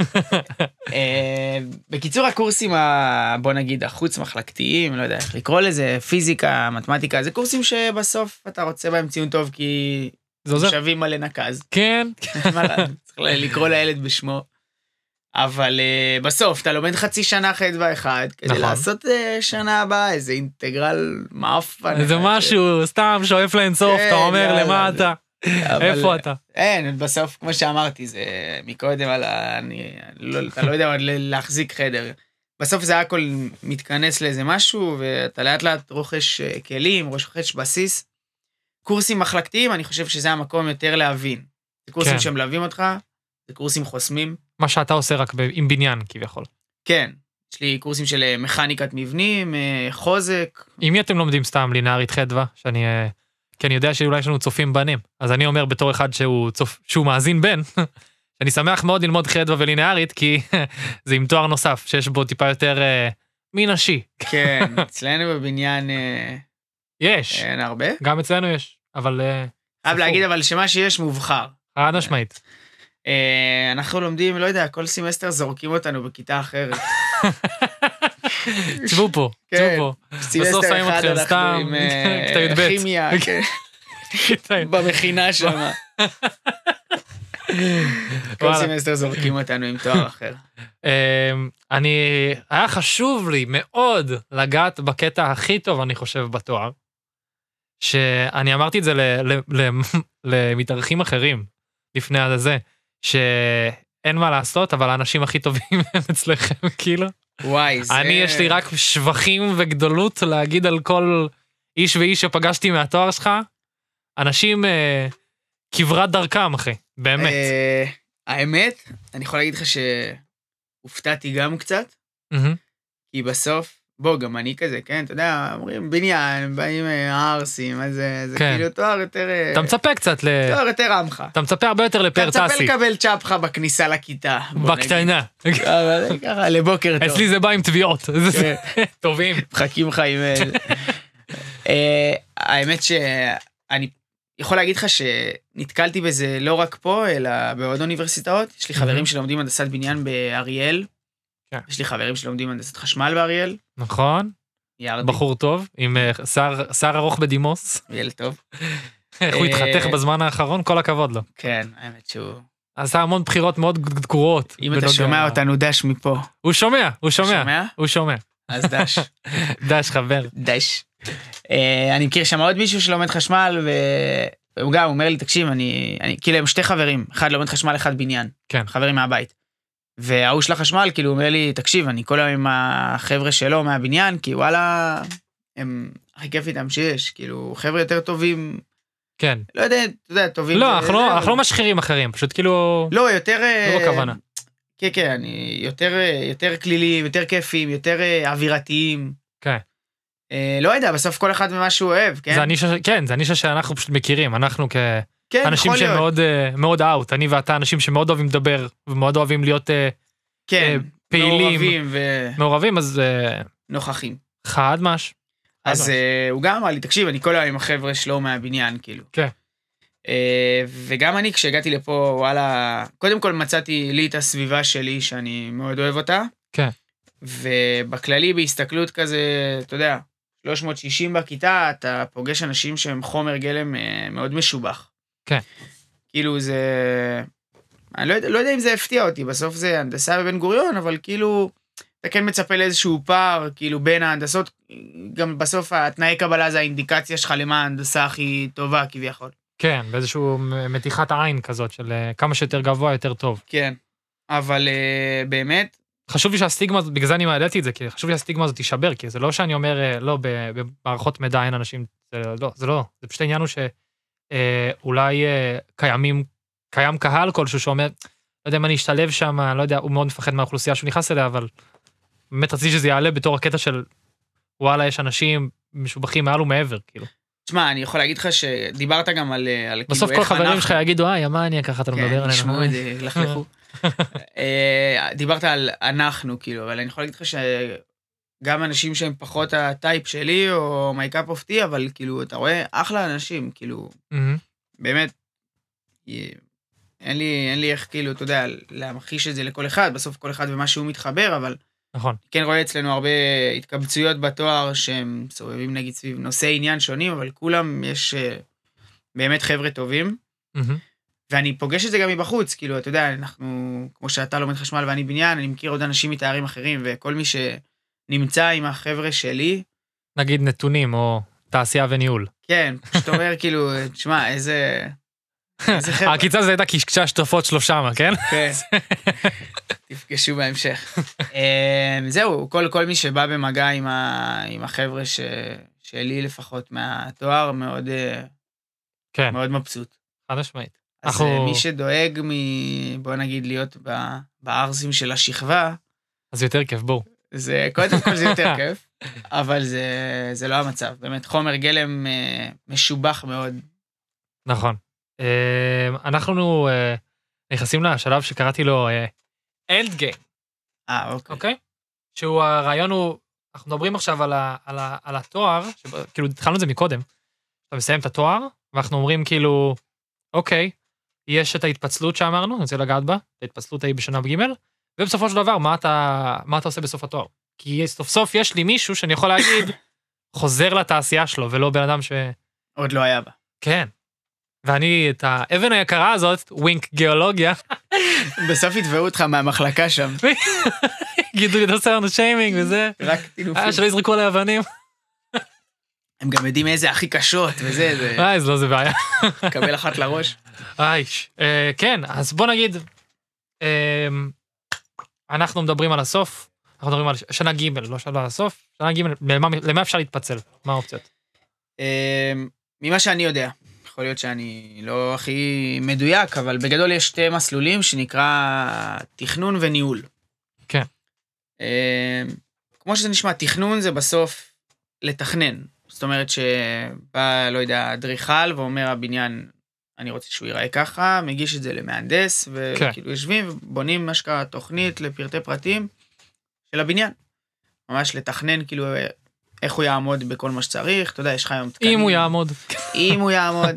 בקיצור, הקורסים, בוא נגיד, החוץ מחלקתיים, לא יודע איך לקרוא לזה, פיזיקה, מתמטיקה, זה קורסים שבסוף אתה רוצה בהם ציון טוב, כי שווים מלא נקז. כן. צריך לקרוא לילד בשמו. אבל uh, בסוף אתה לומד חצי שנה חדווה אחד, כדי נכון. לעשות uh, שנה הבאה איזה אינטגרל מאפן. איזה משהו, ש... סתם שואף לאינסוף, כן, אתה אומר יאללה, למה זה... אתה? אבל... איפה אתה? אין, בסוף כמו שאמרתי, זה מקודם על ה... אני... לא, אתה לא יודע להחזיק חדר. בסוף זה הכל מתכנס לאיזה משהו, ואתה לאט לאט רוכש כלים, רוכש בסיס. קורסים מחלקתיים, אני חושב שזה המקום יותר להבין. זה קורסים כן. שמלווים אותך, זה קורסים חוסמים. מה שאתה עושה רק עם בניין כביכול. כן, יש לי קורסים של מכניקת מבנים, חוזק. עם מי אתם לומדים סתם לינארית חדווה? שאני, כי אני יודע שאולי יש לנו צופים בנים, אז אני אומר בתור אחד שהוא, צופ, שהוא מאזין בן, שאני שמח מאוד ללמוד חדווה ולינארית, כי זה עם תואר נוסף, שיש בו טיפה יותר מין נשי. כן, אצלנו בבניין... יש. אין הרבה. גם אצלנו יש, אבל... חייב להגיד אבל שמה שיש מובחר. חד משמעית. אנחנו לומדים, לא יודע, כל סמסטר זורקים אותנו בכיתה אחרת. צבו פה, צבו פה. בסוף שמים אתכם סתם, כיתה י"ב. כימיה, במכינה שם. כל סמסטר זורקים אותנו עם תואר אחר. אני, היה חשוב לי מאוד לגעת בקטע הכי טוב, אני חושב, בתואר, שאני אמרתי את זה למתארחים אחרים, לפני הזה, שאין מה לעשות, אבל האנשים הכי טובים הם אצלכם, כאילו. וואי, זה... אני, יש לי רק שבחים וגדולות להגיד על כל איש ואיש שפגשתי מהתואר שלך. אנשים אה, כברת דרכם, אחי, באמת. אה, האמת, אני יכול להגיד לך שהופתעתי גם קצת, mm-hmm. כי בסוף, בוא, גם אני כזה, כן, אתה יודע, אומרים בניין, באים הערסים, אז זה, זה כן. כאילו תואר יותר... אתה מצפה קצת ל... תואר יותר עמך. אתה מצפה הרבה יותר לפרטסי. אתה מצפה לקבל צ'פחה בכניסה לכיתה. בקטנה. אבל ככה, לבוקר טוב. אצלי זה בא עם תביעות. טובים. מחכים לך עם... האמת שאני יכול להגיד לך שנתקלתי בזה לא רק פה, אלא בעוד אוניברסיטאות. יש לי חברים שלומדים הנדסת בניין באריאל. יש לי חברים שלומדים הנדסת חשמל באריאל. נכון. בחור טוב, עם שיער ארוך בדימוס. ילד טוב. איך הוא התחתך בזמן האחרון? כל הכבוד לו. כן, האמת שהוא... עשה המון בחירות מאוד גרועות. אם אתה שומע אותנו דש מפה. הוא שומע, הוא שומע. הוא שומע. אז דש. דש חבר. דש. אני מכיר שם עוד מישהו שלומד חשמל, והוא גם אומר לי, תקשיב, אני... כאילו הם שתי חברים, אחד לומד חשמל, אחד בניין. כן. חברים מהבית. וההוא של החשמל, כאילו, הוא אומר לי, תקשיב, אני כל היום עם החבר'ה שלו מהבניין, כי וואלה, הם הכי כיף איתם שיש, כאילו, חבר'ה יותר טובים, כן. לא יודע, אתה יודע, טובים. לא, אנחנו לא, אנחנו לא משחירים אחרים, פשוט כאילו... לא, יותר... לא בכוונה. כן, כן, אני יותר, יותר כליליים, יותר כיפים, יותר אווירתיים. כן. לא יודע, בסוף כל אחד ממה שהוא אוהב, כן? זה הנישה, כן, זה הנישה שאנחנו פשוט מכירים, אנחנו כאנשים כן, שהם מאוד, מאוד אאוט, אני ואתה אנשים שמאוד אוהבים לדבר, ומאוד אוהבים להיות כן, פעילים, מעורבים, ו... מעורבים, אז... נוכחים. חד מש. אז הוא גם אמר לי, תקשיב, אני כל היום עם החבר'ה שלו מהבניין, כאילו. כן. וגם אני, כשהגעתי לפה, וואלה, קודם כל מצאתי לי את הסביבה שלי, שאני מאוד אוהב אותה. כן. ובכללי, בהסתכלות כזה, אתה יודע, שלוש מאות שישים בכיתה, אתה פוגש אנשים שהם חומר גלם מאוד משובח. כן. כאילו זה... אני לא יודע, לא יודע אם זה הפתיע אותי, בסוף זה הנדסה בבן גוריון, אבל כאילו, אתה כן מצפה לאיזשהו פער, כאילו בין ההנדסות, גם בסוף התנאי קבלה זה האינדיקציה שלך למה ההנדסה הכי טובה כביכול. כן, באיזשהו מתיחת העין כזאת של כמה שיותר גבוה יותר טוב. כן, אבל uh, באמת... חשוב לי שהסטיגמה הזאת, בגלל זה אני מעליתי את זה, כי חשוב לי שהסטיגמה הזאת תישבר, כי זה לא שאני אומר, לא, במערכות מידע אין אנשים, זה לא, זה לא, זה פשוט העניין הוא שאולי קיימים, קיים קהל כלשהו שאומר, לא יודע אם אני אשתלב שם, לא יודע, הוא מאוד מפחד מהאוכלוסייה שהוא נכנס אליה, אבל באמת רציתי שזה יעלה בתור הקטע של, וואלה, יש אנשים משובחים מעל ומעבר, כאילו. תשמע, אני יכול להגיד לך שדיברת גם על... על בסוף כאילו כל חברים שלך יגידו, אה, ימה אני ככה אתה לא מדבר עלינו. כן, נשמעו את זה, לחלכו. דיברת על אנחנו, כאילו, אבל אני יכול להגיד לך שגם אנשים שהם פחות הטייפ שלי, או my cup of tea, אבל כאילו, אתה רואה אחלה אנשים, כאילו, באמת, אין לי, אין לי איך, כאילו, אתה יודע, להמחיש את זה לכל אחד, בסוף כל אחד ומה שהוא מתחבר, אבל נכון. כן רואה אצלנו הרבה התקבצויות בתואר שהם סובבים נגיד סביב נושאי עניין שונים, אבל כולם יש באמת חבר'ה טובים. ואני פוגש את זה גם מבחוץ, כאילו, אתה יודע, אנחנו, כמו שאתה לומד חשמל ואני בניין, אני מכיר עוד אנשים מתארים אחרים, וכל מי שנמצא עם החבר'ה שלי. נגיד נתונים או תעשייה וניהול. כן, פשוט אומר כאילו, תשמע, איזה... הקיצה זה הייתה כשהשותפות שלו שמה, כן? כן. תפגשו בהמשך. זהו, כל מי שבא במגע עם החבר'ה שלי לפחות מהתואר, מאוד מאוד מבסוט. חד משמעית. אז מי שדואג מ... בוא נגיד להיות בארזים של השכבה. אז זה יותר כיף, בואו. זה, קודם כל זה יותר כיף, אבל זה, זה לא המצב. באמת חומר גלם משובח מאוד. נכון. אנחנו נכנסים לשלב שקראתי לו end game. אה, אוקיי. אוקיי? שהוא הרעיון הוא, אנחנו מדברים עכשיו על, ה, על, ה, על התואר, כאילו התחלנו את זה מקודם, אתה מסיים את התואר, ואנחנו אומרים כאילו, אוקיי, יש את ההתפצלות שאמרנו, אני רוצה לגעת בה, ההתפצלות ההיא בשנה בג' ובסופו של דבר, מה אתה, מה אתה עושה בסוף התואר? כי סוף סוף יש לי מישהו שאני יכול להגיד, חוזר לתעשייה שלו, ולא בן אדם ש... עוד לא היה בה. כן. ואני, את האבן היקרה הזאת, ווינק גיאולוגיה. בסוף יתבעו אותך מהמחלקה שם. גידו לי, אתה עושה לנו שיימינג וזה. רק תינופים. אה, שלא יזרקו עלי אבנים. הם גם יודעים איזה הכי קשות וזה, זה... אה, אז לא, זה בעיה. קבל אחת לראש. אייש. כן, אז בוא נגיד, אנחנו מדברים על הסוף, אנחנו מדברים על שנה ג' לא שנה על הסוף, שנה ג' למה אפשר להתפצל? מה האופציות? ממה שאני יודע. יכול להיות שאני לא הכי מדויק, אבל בגדול יש שתי מסלולים שנקרא תכנון וניהול. כן. כמו שזה נשמע, תכנון זה בסוף לתכנן. זאת אומרת שבא, לא יודע, אדריכל ואומר הבניין, אני רוצה שהוא ייראה ככה, מגיש את זה למהנדס, וכאילו יושבים ובונים מה שקרה תוכנית לפרטי פרטים של הבניין. ממש לתכנן כאילו איך הוא יעמוד בכל מה שצריך, אתה יודע, יש לך היום תקנים. אם הוא יעמוד. אם הוא יעמוד.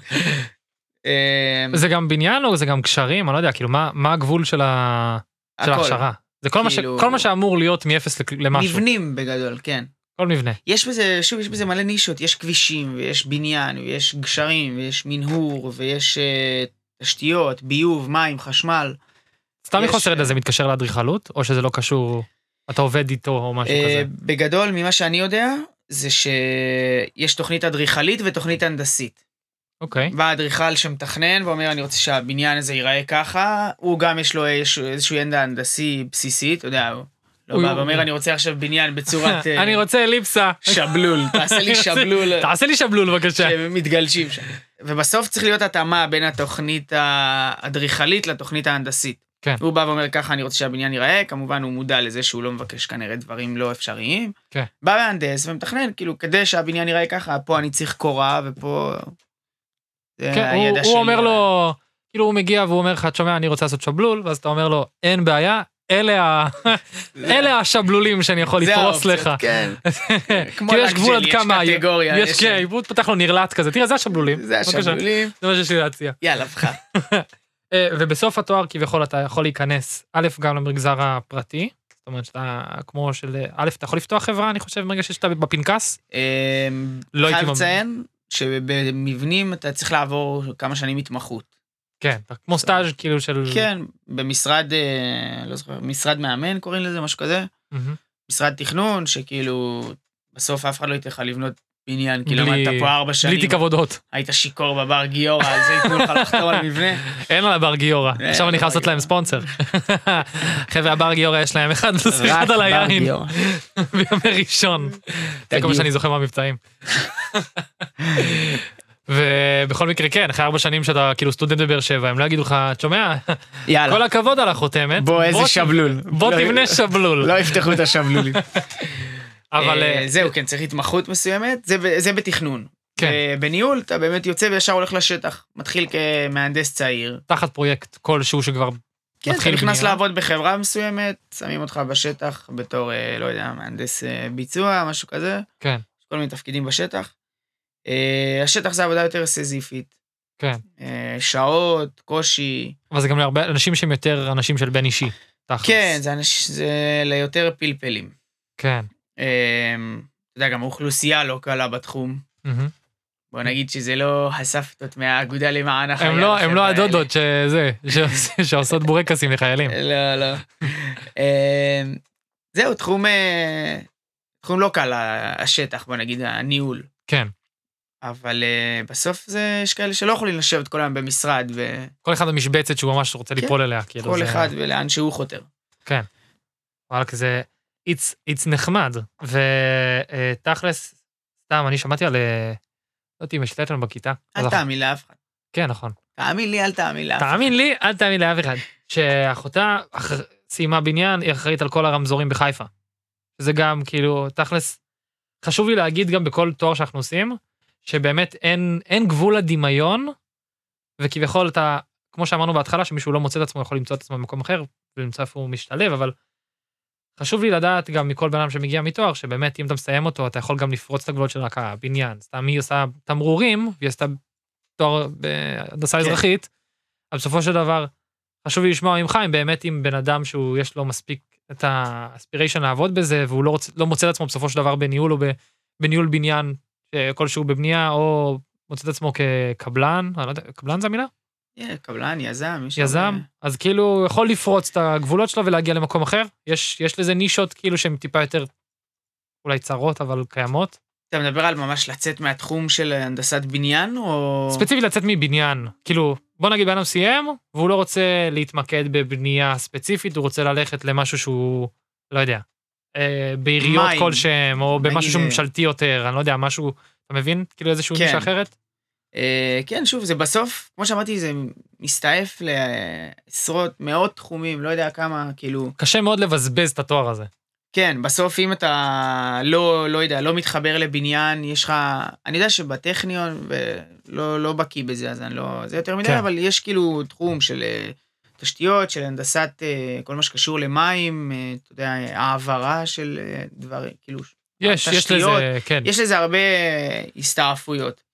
זה גם בניין או זה גם קשרים? אני לא יודע, כאילו, מה הגבול של ההכשרה? זה כל מה שאמור להיות מ-אפס למשהו. מבנים בגדול, כן. כל מבנה. יש בזה, שוב, יש בזה מלא נישות, יש כבישים, ויש בניין, ויש גשרים, ויש מנהור, ויש תשתיות, ביוב, מים, חשמל. סתם מחוסר את זה, זה מתקשר לאדריכלות, או שזה לא קשור... אתה עובד איתו או משהו כזה? בגדול, ממה שאני יודע, זה שיש תוכנית אדריכלית ותוכנית הנדסית. אוקיי. והאדריכל שמתכנן ואומר, אני רוצה שהבניין הזה ייראה ככה, הוא גם יש לו איזשהו ידע הנדסי בסיסי, אתה יודע, לא בא ואומר, אני רוצה עכשיו בניין בצורת... אני רוצה אליפסה. שבלול, תעשה לי שבלול. תעשה לי שבלול, בבקשה. שמתגלשים שם. ובסוף צריך להיות התאמה בין התוכנית האדריכלית לתוכנית ההנדסית. כן. הוא בא ואומר ככה, אני רוצה שהבניין ייראה, כמובן הוא מודע לזה שהוא לא מבקש כנראה דברים לא אפשריים. כן. בא מהנדס ומתכנן, כאילו, כדי שהבניין ייראה ככה, פה אני צריך קורה, ופה... כן, הוא, הוא אומר לו, כאילו הוא מגיע והוא אומר לך, את שומע, אני רוצה לעשות שבלול, ואז אתה אומר לו, אין בעיה, אלה, ה... אלה השבלולים שאני יכול לפרוס לך. כן. כמו יש גבול עד כמה... יש קטגוריה. יש, כן, הוא פתח לו נרלט כזה, תראה, זה השבלולים. זה השבלולים. זה מה שיש לי להציע. יאללה, בך. ובסוף התואר כביכול אתה יכול להיכנס, א', גם למגזר הפרטי, זאת אומרת שאתה כמו של, א', אתה יכול לפתוח חברה, אני חושב, מרגע שאתה בפנקס. חייב לציין שבמבנים אתה צריך לעבור כמה שנים התמחות. כן, כמו סטאז' כאילו של... כן, במשרד, לא זוכר, משרד מאמן קוראים לזה, משהו כזה. משרד תכנון, שכאילו, בסוף אף אחד לא ייתן לך לבנות בניין, כי למדת פה ארבע שנים. בלי תיק עבודות. היית שיקור בבר גיורא, על זה ייתנו לך לחתום על מבנה. אין על הבר גיורא, עכשיו אני חייב לעשות להם ספונסר. חבר'ה, הבר גיורא יש להם אחד, אחד על היין. בימי ראשון. זה כמו שאני זוכר מהמבצעים. ובכל מקרה כן, אחרי ארבע שנים שאתה כאילו סטודנט בבאר שבע, הם לא יגידו לך, תשומע, כל הכבוד על החותמת. בוא איזה שבלול. בוא תבנה שבלול. לא יפתחו את השבלולים. אבל זהו, כן, צריך התמחות מסוימת, זה בתכנון. כן. בניהול, אתה באמת יוצא וישר הולך לשטח, מתחיל כמהנדס צעיר. תחת פרויקט כלשהו שכבר כן, אתה נכנס לעבוד בחברה מסוימת, שמים אותך בשטח בתור, לא יודע, מהנדס ביצוע, משהו כזה. כן. כל מיני תפקידים בשטח. השטח זה עבודה יותר סזיפית. כן. שעות, קושי. אבל זה גם להרבה אנשים שהם יותר אנשים של בן אישי. כן, זה, אנש, זה ליותר פלפלים. כן. אתה יודע, גם האוכלוסייה לא קלה בתחום. בוא נגיד שזה לא הסבתות מהאגודה למען החייל. הם לא הדודות שזה, שעושות בורקסים לחיילים. לא, לא. זהו, תחום, תחום לא קל, השטח, בוא נגיד, הניהול. כן. אבל בסוף זה, יש כאלה שלא יכולים לשבת כל היום במשרד. כל אחד במשבצת שהוא ממש רוצה ליפול אליה. כל אחד ולאן שהוא חותר. כן. אבל כזה... It's, it's נחמד, ותכלס, סתם, אני שמעתי על, לא יודעת אם השתת לנו בכיתה. אל תאמין לאף אחד. כן, נכון. תאמין לי, אל תאמין לאף אחד. תאמין לי, אל תאמין לאף אחד. שאחותה סיימה בניין, היא אחראית על כל הרמזורים בחיפה. זה גם, כאילו, תכלס, חשוב לי להגיד גם בכל תואר שאנחנו עושים, שבאמת אין, אין גבול לדמיון, וכביכול אתה, כמו שאמרנו בהתחלה, שמישהו לא מוצא את עצמו, יכול למצוא את עצמו במקום אחר, ולמצוא איפה הוא משתלב, אבל חשוב לי לדעת גם מכל בן אדם שמגיע מתואר, שבאמת אם אתה מסיים אותו, אתה יכול גם לפרוץ את הגבולות של הבניין. סתם היא עושה תמרורים, והיא עשתה תואר בהנדסה אזרחית, אבל בסופו של דבר, חשוב לי לשמוע ממך, אם באמת אם בן אדם שהוא יש לו מספיק את האספיריישן לעבוד בזה, והוא לא, רוצה, לא מוצא את עצמו בסופו של דבר בניהול או בניהול בניין כלשהו בבנייה, או מוצא את עצמו כקבלן, אני לא יודע, קבלן זה המילה? Yeah, קבלן, יזם. יזם, אז כאילו הוא יכול לפרוץ את הגבולות שלו ולהגיע למקום אחר. יש, יש לזה נישות כאילו שהן טיפה יותר אולי צרות, אבל קיימות. אתה מדבר על ממש לצאת מהתחום של הנדסת בניין, או... ספציפית לצאת מבניין. כאילו, בוא נגיד בן אדם סיים, והוא לא רוצה להתמקד בבנייה ספציפית, הוא רוצה ללכת למשהו שהוא, לא יודע, אה, בעיריות כלשהם, או במשהו נגיד... שהוא ממשלתי יותר, אני לא יודע, משהו, אתה מבין? כאילו איזשהו כן. נישה אחרת? כן, שוב, זה בסוף, כמו שאמרתי, זה מסתעף לעשרות, מאות תחומים, לא יודע כמה, כאילו... קשה מאוד לבזבז את התואר הזה. כן, בסוף אם אתה לא, לא יודע, לא מתחבר לבניין, יש לך, אני יודע שבטכניון, ולא לא בקיא בזה, אז אני לא, זה יותר מדי, כן. אבל יש כאילו תחום של תשתיות, של הנדסת, כל מה שקשור למים, אתה יודע, העברה של דברים, כאילו... יש, תשתיות, יש לזה, כן. יש לזה הרבה הסתעפויות.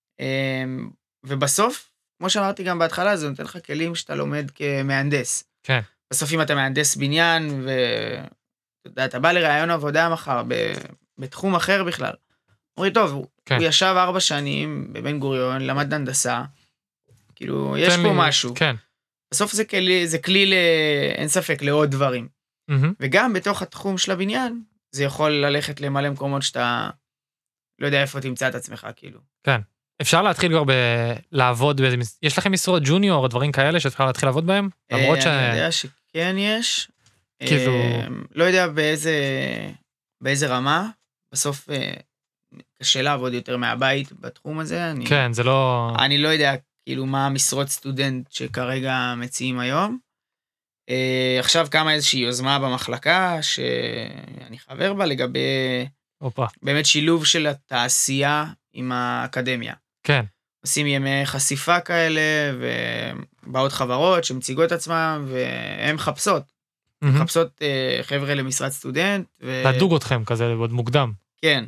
ובסוף, כמו שאמרתי גם בהתחלה, זה נותן לך כלים שאתה לומד כמהנדס. כן. בסוף אם אתה מהנדס בניין, ואתה יודע, אתה בא לרעיון עבודה מחר, בתחום אחר בכלל. אומרים, טוב, כן. הוא ישב ארבע שנים בבן גוריון, למד הנדסה, כאילו, יש פה לי, משהו. כן. בסוף זה כלי, זה כלי ל... אין ספק, לעוד דברים. Mm-hmm. וגם בתוך התחום של הבניין, זה יכול ללכת למלא מקומות שאתה לא יודע איפה תמצא את עצמך, כאילו. כן. אפשר להתחיל כבר לעבוד, יש לכם משרות ג'וניור או דברים כאלה שאתה להתחיל לעבוד בהם? למרות ש... אני יודע שכן יש. כאילו... לא יודע באיזה, באיזה רמה, בסוף קשה לעבוד יותר מהבית בתחום הזה. אני, כן, זה לא... אני לא יודע כאילו מה המשרות סטודנט שכרגע מציעים היום. עכשיו קמה איזושהי יוזמה במחלקה שאני חבר בה לגבי אופה. באמת שילוב של התעשייה עם האקדמיה. כן. עושים ימי חשיפה כאלה, ובאות חברות שמציגות עצמם, והן מחפשות. Mm-hmm. מחפשות uh, חבר'ה למשרד סטודנט. ו... לדוג אתכם כזה, עוד מוקדם. כן.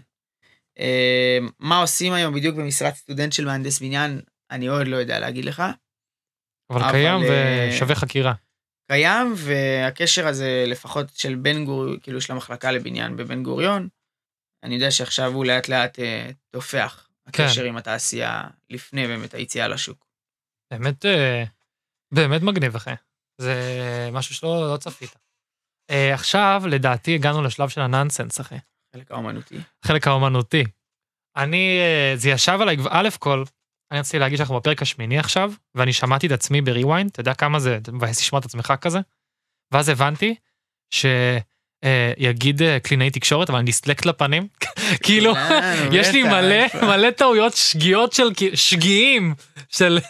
Uh, מה עושים היום בדיוק במשרד סטודנט של מהנדס בניין, אני עוד לא יודע להגיד לך. אבל, אבל קיים ושווה חקירה. קיים, והקשר הזה לפחות של בן גוריון, כאילו של המחלקה לבניין בבן גוריון, אני יודע שעכשיו הוא לאט לאט uh, תופח. הקשר עם התעשייה לפני באמת היציאה לשוק. באמת, באמת מגניב אחי. זה משהו שלא לא צפית. עכשיו, לדעתי, הגענו לשלב של הנאנסנס, אחי. חלק האומנותי. חלק האומנותי. אני, זה ישב עליי, א' כל, אני רציתי להגיד שאנחנו בפרק השמיני עכשיו, ואני שמעתי את עצמי בריוויינד, אתה יודע כמה זה, מבאס לשמוע את עצמך כזה, ואז הבנתי ש... יגיד קלינאי תקשורת, אבל אני דיסלקט לפנים, כאילו, יש לי מלא, מלא טעויות שגיאות של, שגיאים, של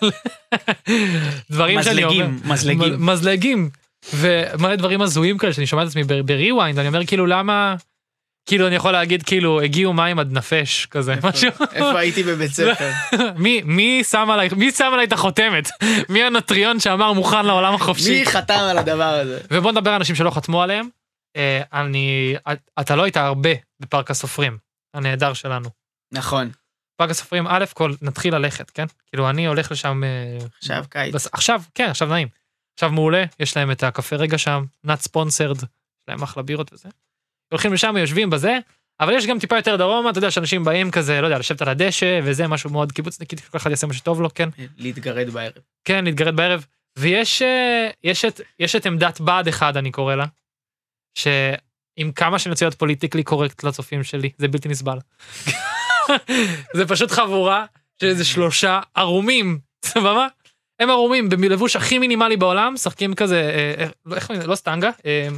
דברים שאני אומר. מזלגים. מזלגים, ומלא דברים הזויים כאלה, שאני שומע את עצמי בריוויינד, ואני אומר כאילו, למה, כאילו, אני יכול להגיד, כאילו, הגיעו מים עד נפש, כזה, משהו. איפה הייתי בבית ספר? מי שם עליי, מי שם עליי את החותמת? מי הנטריון שאמר מוכן לעולם החופשי? מי חתם על הדבר הזה? ובוא נדבר על אנשים שלא חתמו עליהם. אני, אתה לא היית הרבה בפארק הסופרים, הנהדר שלנו. נכון. פארק הסופרים, א' כל, נתחיל ללכת, כן? כאילו, אני הולך לשם... עכשיו קיץ. בס... עכשיו, כן, עכשיו נעים. עכשיו מעולה, יש להם את הקפה רגע שם, not sponsored, יש להם אחלה בירות וזה. הולכים לשם, יושבים בזה, אבל יש גם טיפה יותר דרומה, אתה יודע שאנשים באים כזה, לא יודע, לשבת על הדשא, וזה משהו מאוד קיבוצניקי, כל אחד יעשה מה שטוב לו, כן? להתגרד בערב. כן, להתגרד בערב. ויש יש את, יש את עמדת בעד אחד, אני קורא לה, שעם כמה שאני רוצה להיות פוליטיקלי קורקט לצופים שלי, זה בלתי נסבל. זה פשוט חבורה של איזה שלושה ערומים, סבבה? הם ערומים בלבוש הכי מינימלי בעולם, שחקים כזה, איך, לא סטנגה,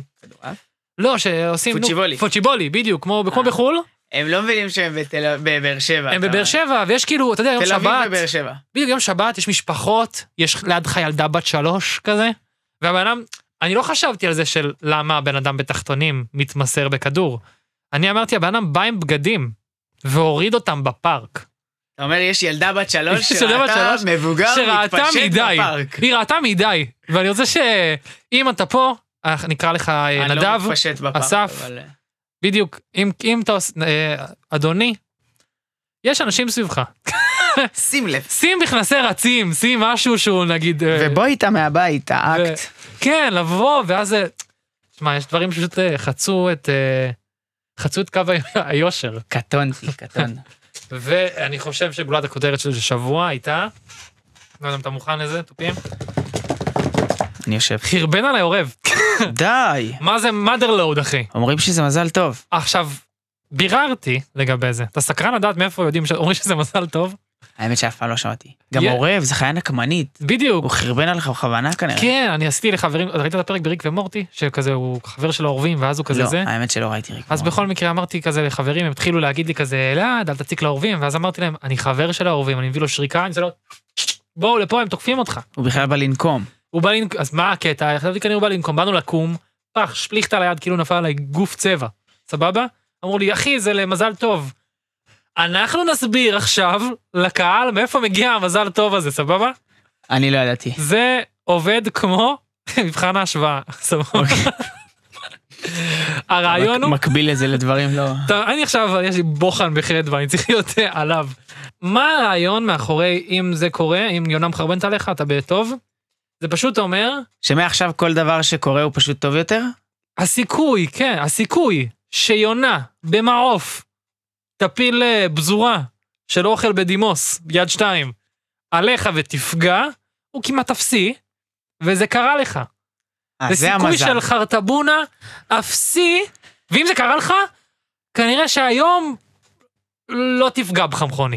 לא, שעושים, פוצ'יבולי. פוצ'יבולי, בדיוק, כמו בחול. הם לא מבינים שהם בבאר שבע. הם בבאר שבע, ויש כאילו, אתה יודע, יום שבת. תל אביב בבאר שבע. בדיוק, יום שבת, יש משפחות, יש לידך ילדה בת שלוש כזה, והבן אדם, אני לא חשבתי על זה של למה הבן אדם בתחתונים מתמסר בכדור. אני אמרתי, הבן אדם בא עם בגדים, והוריד אותם בפארק. אתה אומר, יש ילדה בת שלוש שראתה מבוגר מתפשט בפארק. היא ראתה מדי, ואני רוצה שאם אתה פה, נקרא לך נדב, אסף, בדיוק, אם אתה עושה, אדוני, יש אנשים סביבך. שים לב. שים בכנסי רצים, שים משהו שהוא נגיד... ובוא איתה מהבית, האקט. כן, לבוא, ואז... תשמע, יש דברים שפשוט חצו את... חצו את קו היושר. קטונתי, קטון. ואני חושב שגולת הכותרת של שבוע הייתה... לא יודע אם אתה מוכן לזה, טופים? אני יושב. חרבן עליי עורב. די. מה זה motherload, אחי? אומרים שזה מזל טוב. עכשיו, ביררתי לגבי זה. אתה סקרן לדעת מאיפה יודעים שאומרים שזה מזל טוב? האמת שאף פעם לא שמעתי. גם עורב, זה חיה נקמנית. בדיוק. הוא חרבן עליך בכוונה כנראה. כן, אני עשיתי לחברים, ראית את הפרק בריק ומורטי? שכזה הוא חבר של העורבים, ואז הוא כזה זה? לא, האמת שלא ראיתי ריק. אז בכל מקרה אמרתי כזה לחברים, הם התחילו להגיד לי כזה, לא, אל תציק לעורבים, ואז אמרתי להם, אני חבר של העורבים, אני מביא לו שריקה, אני זה לא, בואו לפה, הם תוקפים אותך. הוא בכלל בא לנקום. הוא בא לנקום, אז מה הקטע? חשבתי כנראה הוא בא לנקום, באנו לקום, פח, שפליכת על היד, כאילו נפל עליי גוף צבע. סבבה? אמרו לי, אחי, זה למזל טוב. אנחנו נסביר עכשיו לקהל מאיפה מגיע המזל טוב הזה, סבבה? אני לא ידעתי. זה עובד כמו מבחן ההשוואה, סבבה? הרעיון הוא... מקביל לזה לדברים לא... אני עכשיו, יש לי בוחן בחרד ואני צריך להיות עליו. מה הרעיון מאחורי אם זה קורה, אם יונה מחרבנת עליך, אתה בטוב? זה פשוט אומר... שמעכשיו כל דבר שקורה הוא פשוט טוב יותר? הסיכוי, כן, הסיכוי שיונה במעוף תפיל בזורה של אוכל בדימוס, יד שתיים, עליך ותפגע, הוא כמעט אפסי, וזה קרה לך. זה סיכוי של חרטבונה אפסי, ואם זה קרה לך, כנראה שהיום לא תפגע בחמכונית.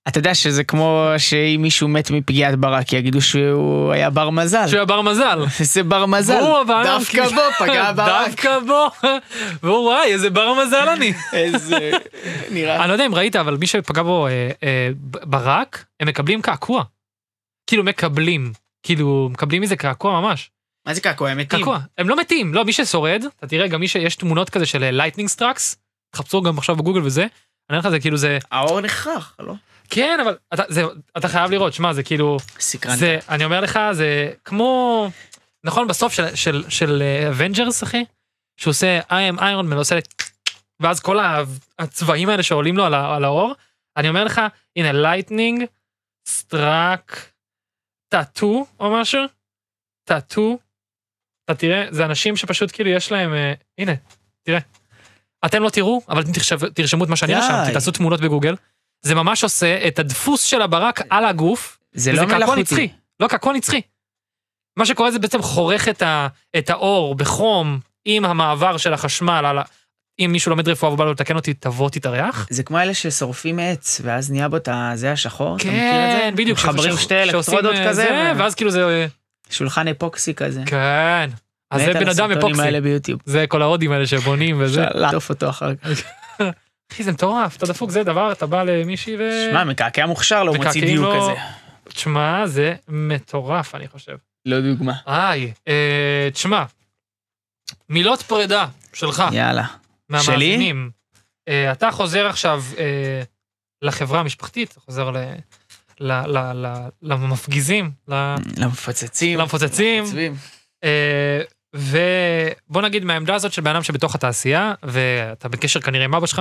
אתה יודע שזה כמו שאם מישהו מת מפגיעת ברק, יגידו שהוא היה בר מזל. שהוא היה בר מזל. זה בר מזל. דווקא בו פגע ברק. דווקא בו. והוא וואי, איזה בר מזל אני. איזה... נראה. אני לא יודע אם ראית, אבל מי שפגע בו ברק, הם מקבלים קעקוע. כאילו מקבלים. כאילו מקבלים מזה קעקוע ממש. מה זה קעקוע? הם מתים? קעקוע. הם לא מתים. לא, מי ששורד, אתה תראה גם מי שיש תמונות כזה של לייטנינג סטרקס, תחפשו גם עכשיו בגוגל וזה. אני אומר לך, זה כאילו זה... האור נחרך, לא? כן, אבל אתה, זה, אתה חייב לראות, שמה, זה כאילו... סקרנת. זה, אני אומר לך, זה כמו... נכון, בסוף של, של, של Avengers, אחי? שהוא עושה I am Iron Man, עושה... ואז כל הצבעים האלה שעולים לו על, על האור, אני אומר לך, הנה, lightning, struck, tattoo, או משהו, tattoo, אתה תראה, זה אנשים שפשוט כאילו יש להם... הנה, תראה. אתם לא תראו, אבל תרשמו, תרשמו את מה שאני רשמתי, תעשו תמונות בגוגל. זה ממש עושה את הדפוס של הברק על הגוף. זה לא מלאכותי. נצחי. לא קעקוע נצחי. מה שקורה זה בעצם חורך את, ה, את האור בחום עם המעבר של החשמל. על ה, אם מישהו לומד רפואה ובא לו לתקן אותי, תבוא תתארח. זה כמו אלה ששורפים עץ, ואז נהיה בו את זה השחור. כן, בדיוק. מחברים שתי אלקטרודות כזה. זה, ו... ואז כאילו זה... שולחן אפוקסי כזה. כן. אז זה בן אדם אפוקסי. זה כל ההודים האלה שבונים וזה. אפשר לעטוף אותו אחר כך. אחי, זה מטורף, אתה דפוק, זה דבר, אתה בא למישהי ו... שמע, מקעקע מוכשר לא מוציא דיוק כזה. תשמע, זה מטורף, אני חושב. לא דוגמה. איי, אה, תשמע, מילות פרידה שלך. יאללה. מהמאזינים. אה, אתה חוזר עכשיו אה, לחברה המשפחתית, חוזר ל, ל, ל, ל, למפגיזים. ל, למפוצצים. למפוצצים. אה, ובוא נגיד מהעמדה הזאת של באדם שבתוך התעשייה, ואתה בקשר כנראה עם אבא שלך,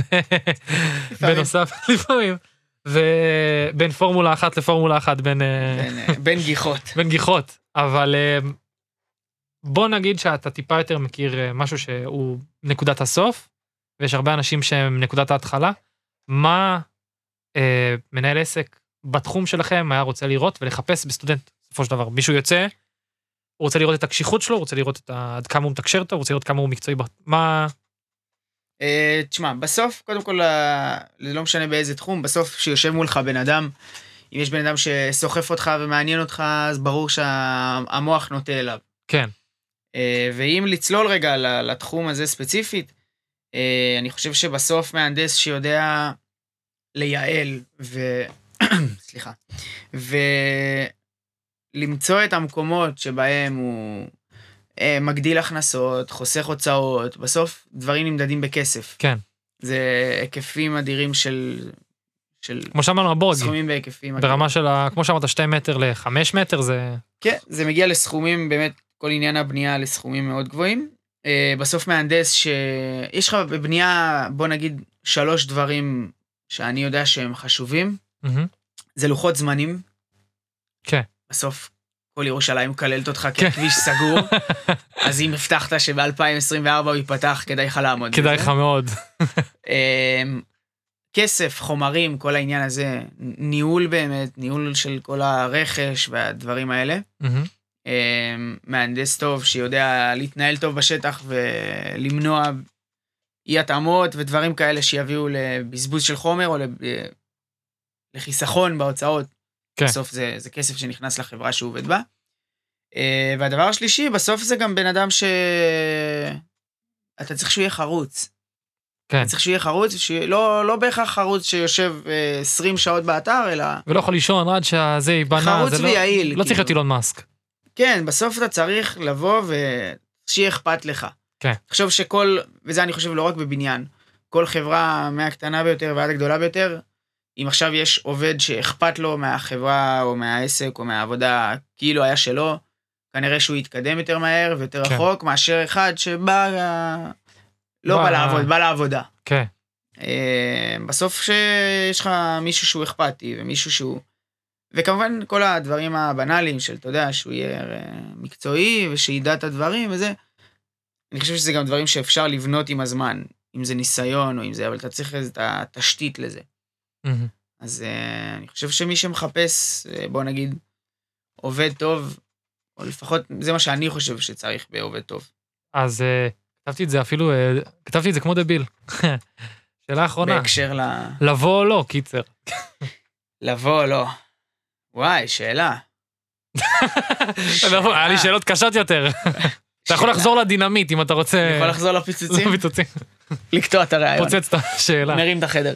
בנוסף, לפעמים, ובין פורמולה אחת לפורמולה אחת, בין... בין גיחות. בין גיחות, אבל בוא נגיד שאתה טיפה יותר מכיר משהו שהוא נקודת הסוף, ויש הרבה אנשים שהם נקודת ההתחלה, מה מנהל עסק בתחום שלכם היה רוצה לראות ולחפש בסטודנט, בסופו של דבר, מישהו יוצא, הוא רוצה לראות את הקשיחות שלו, הוא רוצה לראות את עד כמה הוא מתקשר טוב, הוא רוצה לראות כמה הוא מקצועי, מה... תשמע, בסוף, קודם כל, זה לא משנה באיזה תחום, בסוף שיושב מולך בן אדם, אם יש בן אדם שסוחף אותך ומעניין אותך, אז ברור שהמוח נוטה אליו. כן. ואם לצלול רגע לתחום הזה ספציפית, אני חושב שבסוף מהנדס שיודע לייעל, ו... סליחה. ו... למצוא את המקומות שבהם הוא אה, מגדיל הכנסות, חוסך הוצאות, בסוף דברים נמדדים בכסף. כן. זה היקפים אדירים של... של כמו שאמרנו הבורגי. סכומים בהיקפים. ברמה של, ה, כמו שאמרת, שתי מטר לחמש מטר זה... כן, זה מגיע לסכומים, באמת, כל עניין הבנייה לסכומים מאוד גבוהים. אה, בסוף מהנדס שיש לך בבנייה, בוא נגיד, שלוש דברים שאני יודע שהם חשובים. Mm-hmm. זה לוחות זמנים. כן. בסוף כל ירושלים כללת אותך ככביש סגור, אז אם הבטחת שב-אלפיים עשרים וארבע הוא ייפתח, כדאי לך לעמוד בזה. כדאי לך מאוד. כסף, חומרים, כל העניין הזה, ניהול באמת, ניהול של כל הרכש והדברים האלה. מהנדס טוב שיודע להתנהל טוב בשטח ולמנוע אי התאמות ודברים כאלה שיביאו לבזבוז של חומר או לחיסכון בהוצאות. כן. בסוף זה, זה כסף שנכנס לחברה שהוא עובד בה. והדבר השלישי, בסוף זה גם בן אדם ש... אתה צריך שהוא יהיה חרוץ. כן. אתה צריך שהוא יהיה חרוץ, שלא, לא בהכרח חרוץ שיושב עשרים שעות באתר, אלא... ולא יכול לישון עד שזה ייבנה. חרוץ ויעיל. לא, כאילו. לא צריך להיות אילון מאסק. כן, בסוף אתה צריך לבוא ושיהיה אכפת לך. כן. תחשוב שכל, וזה אני חושב לא רק בבניין, כל חברה מהקטנה ביותר ועד הגדולה ביותר, אם עכשיו יש עובד שאכפת לו מהחברה או מהעסק או מהעבודה, כאילו היה שלו, כנראה שהוא יתקדם יותר מהר ויותר כן. רחוק, מאשר אחד שבא, לא בא, בא לעבוד, בא לעבודה. כן. בסוף שיש לך מישהו שהוא אכפתי ומישהו שהוא, וכמובן כל הדברים הבנאליים של, אתה יודע, שהוא יהיה מקצועי ושידע את הדברים וזה, אני חושב שזה גם דברים שאפשר לבנות עם הזמן, אם זה ניסיון או אם זה, אבל אתה צריך את התשתית לזה. אז uh, אני חושב שמי שמחפש, uh, בוא נגיד, עובד טוב, או לפחות זה מה שאני חושב שצריך בעובד טוב. אז uh, כתבתי את זה אפילו, uh, כתבתי את זה כמו דביל. שאלה האחרונה. בהקשר ל... לבוא או לא, קיצר. לבוא, לא. וואי, שאלה. היה לי שאלות קשות יותר. אתה יכול לחזור לדינמיט אם אתה רוצה... אני יכול לחזור לפיצוצים? לפיצוצים. לקטוע את הרעיון. פוצץ את השאלה. נרים את החדר.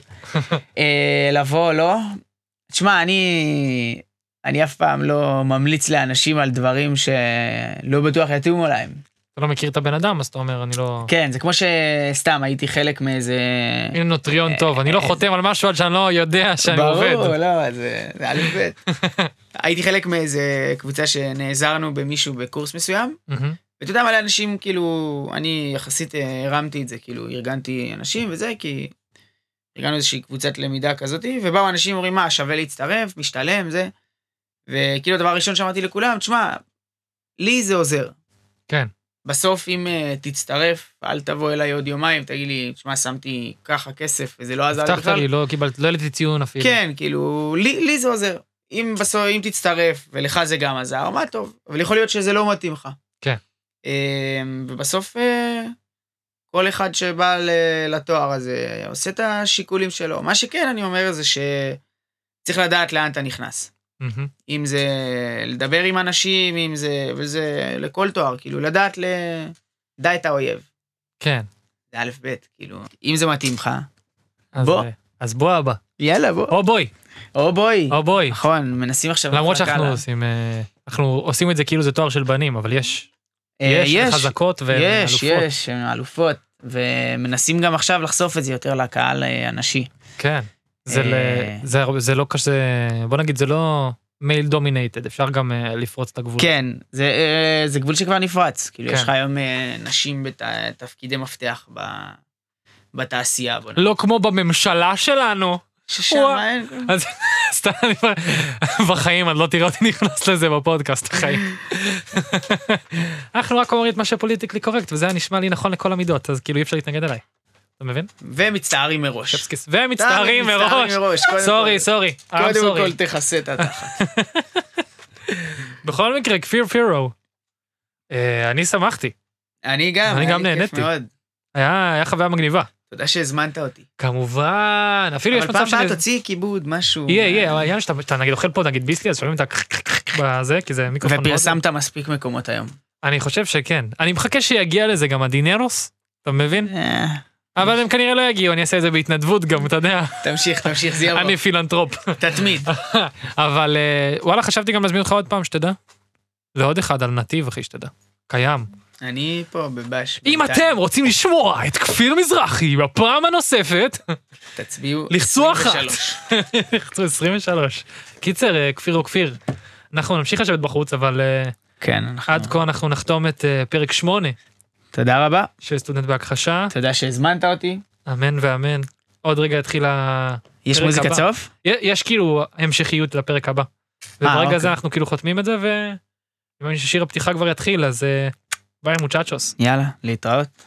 לבוא, לא. תשמע, אני... אני אף פעם לא ממליץ לאנשים על דברים שלא בטוח יתאימו להם. אתה לא מכיר את הבן אדם, אז אתה אומר, אני לא... כן, זה כמו שסתם הייתי חלק מאיזה... הנה נוטריון טוב, אני לא חותם על משהו עד שאני לא יודע שאני עובד. ברור, לא, זה א' ב'. הייתי חלק מאיזה קבוצה שנעזרנו במישהו בקורס מסוים, ואתה יודע, מלא אנשים, כאילו, אני יחסית הרמתי את זה, כאילו, ארגנתי אנשים וזה, כי ארגנו איזושהי קבוצת למידה כזאת, ובאו אנשים אומרים, מה, שווה להצטרף, משתלם, זה, וכאילו, הדבר הראשון שאמרתי לכולם, תשמע, לי זה עוזר. כן. בסוף, אם uh, תצטרף, אל תבוא אליי עוד יומיים, תגיד לי, תשמע, שמתי ככה כסף, וזה לא עזר לי בכלל. הבטחת לי, לא קיבלת, לא העליתי ציון אפילו. כן, כאילו, לי, לי זה עוזר. אם בסוף, אם תצטרף, ולך זה גם עזר, מה טוב, אבל יכול להיות שזה לא מתאים לך. כן. Uh, ובסוף, uh, כל אחד שבא לתואר הזה, עושה את השיקולים שלו. מה שכן, אני אומר זה שצריך לדעת לאן אתה נכנס. Mm-hmm. אם זה לדבר עם אנשים, אם זה, וזה לכל תואר, כאילו, לדעת לדע את האויב. כן. זה א' ב', כאילו, אם זה מתאים לך, אז, בוא. אז בוא הבא. יאללה, בוא. או בואי. או בואי. או בואי. נכון, מנסים עכשיו... למרות שאנחנו עושים, אנחנו עושים את זה כאילו זה תואר של בנים, אבל יש, יש חזקות ואלופות. יש, יש, אלופות, ומנסים גם עכשיו לחשוף את זה יותר לקהל הנשי. כן. זה, זה, זה לא קשה, בוא נגיד, זה לא מייל דומינטד, אפשר גם לפרוץ את הגבול. כן, זה, זה גבול שכבר נפרץ, כאילו כן. יש לך היום נשים בתפקידי מפתח בתעשייה. לא כמו בממשלה שלנו. ששם אין. אז סתם, בחיים, אני לא תראה אותי נכנס לזה בפודקאסט, החיים. אנחנו רק אומרים את מה שפוליטיקלי קורקט, וזה נשמע לי נכון לכל המידות, אז כאילו אי אפשר להתנגד אליי. אתה מבין? ומצטערים מראש. ומצטערים מראש. סורי, סורי. קודם כל תכסה את התחת. בכל מקרה, כפיר פירו. אני שמחתי. אני גם. אני גם נהניתי. היה חוויה מגניבה. תודה שהזמנת אותי. כמובן. אפילו יש מצב אבל פעם באה תוציא כיבוד, משהו. יהיה, יהיה. היה שאתה נגיד אוכל פה, נגיד ביסלי, אז שומעים את זה, כי זה מיקרופון. ופרסמת מספיק מקומות היום. אני חושב שכן. אני מחכה שיגיע לזה גם הדינרוס. אתה מבין? אבל הם כנראה לא יגיעו, אני אעשה את זה בהתנדבות גם, אתה יודע. תמשיך, תמשיך, זה יבוא. אני פילנטרופ. תתמיד. אבל וואלה, חשבתי גם להזמין אותך עוד פעם, שתדע. ועוד אחד על נתיב, אחי, שתדע. קיים. אני פה בבש. אם אתם רוצים לשמוע את כפיר מזרחי בפעם הנוספת, תצביעו לחצו אחת. לחצו עשרים ושלוש. קיצר, כפיר או כפיר. אנחנו נמשיך לשבת בחוץ, אבל עד כה אנחנו נחתום את פרק שמונה. תודה רבה. של סטודנט בהכחשה. תודה שהזמנת אותי. אמן ואמן. עוד רגע התחיל הפרק הבא. יש מוזיקה סוף? יש כאילו המשכיות לפרק הבא. וברגע הזה אנחנו כאילו חותמים את זה, ואם ששיר הפתיחה כבר יתחיל, אז ביי מוצ'צ'וס. יאללה, להתראות.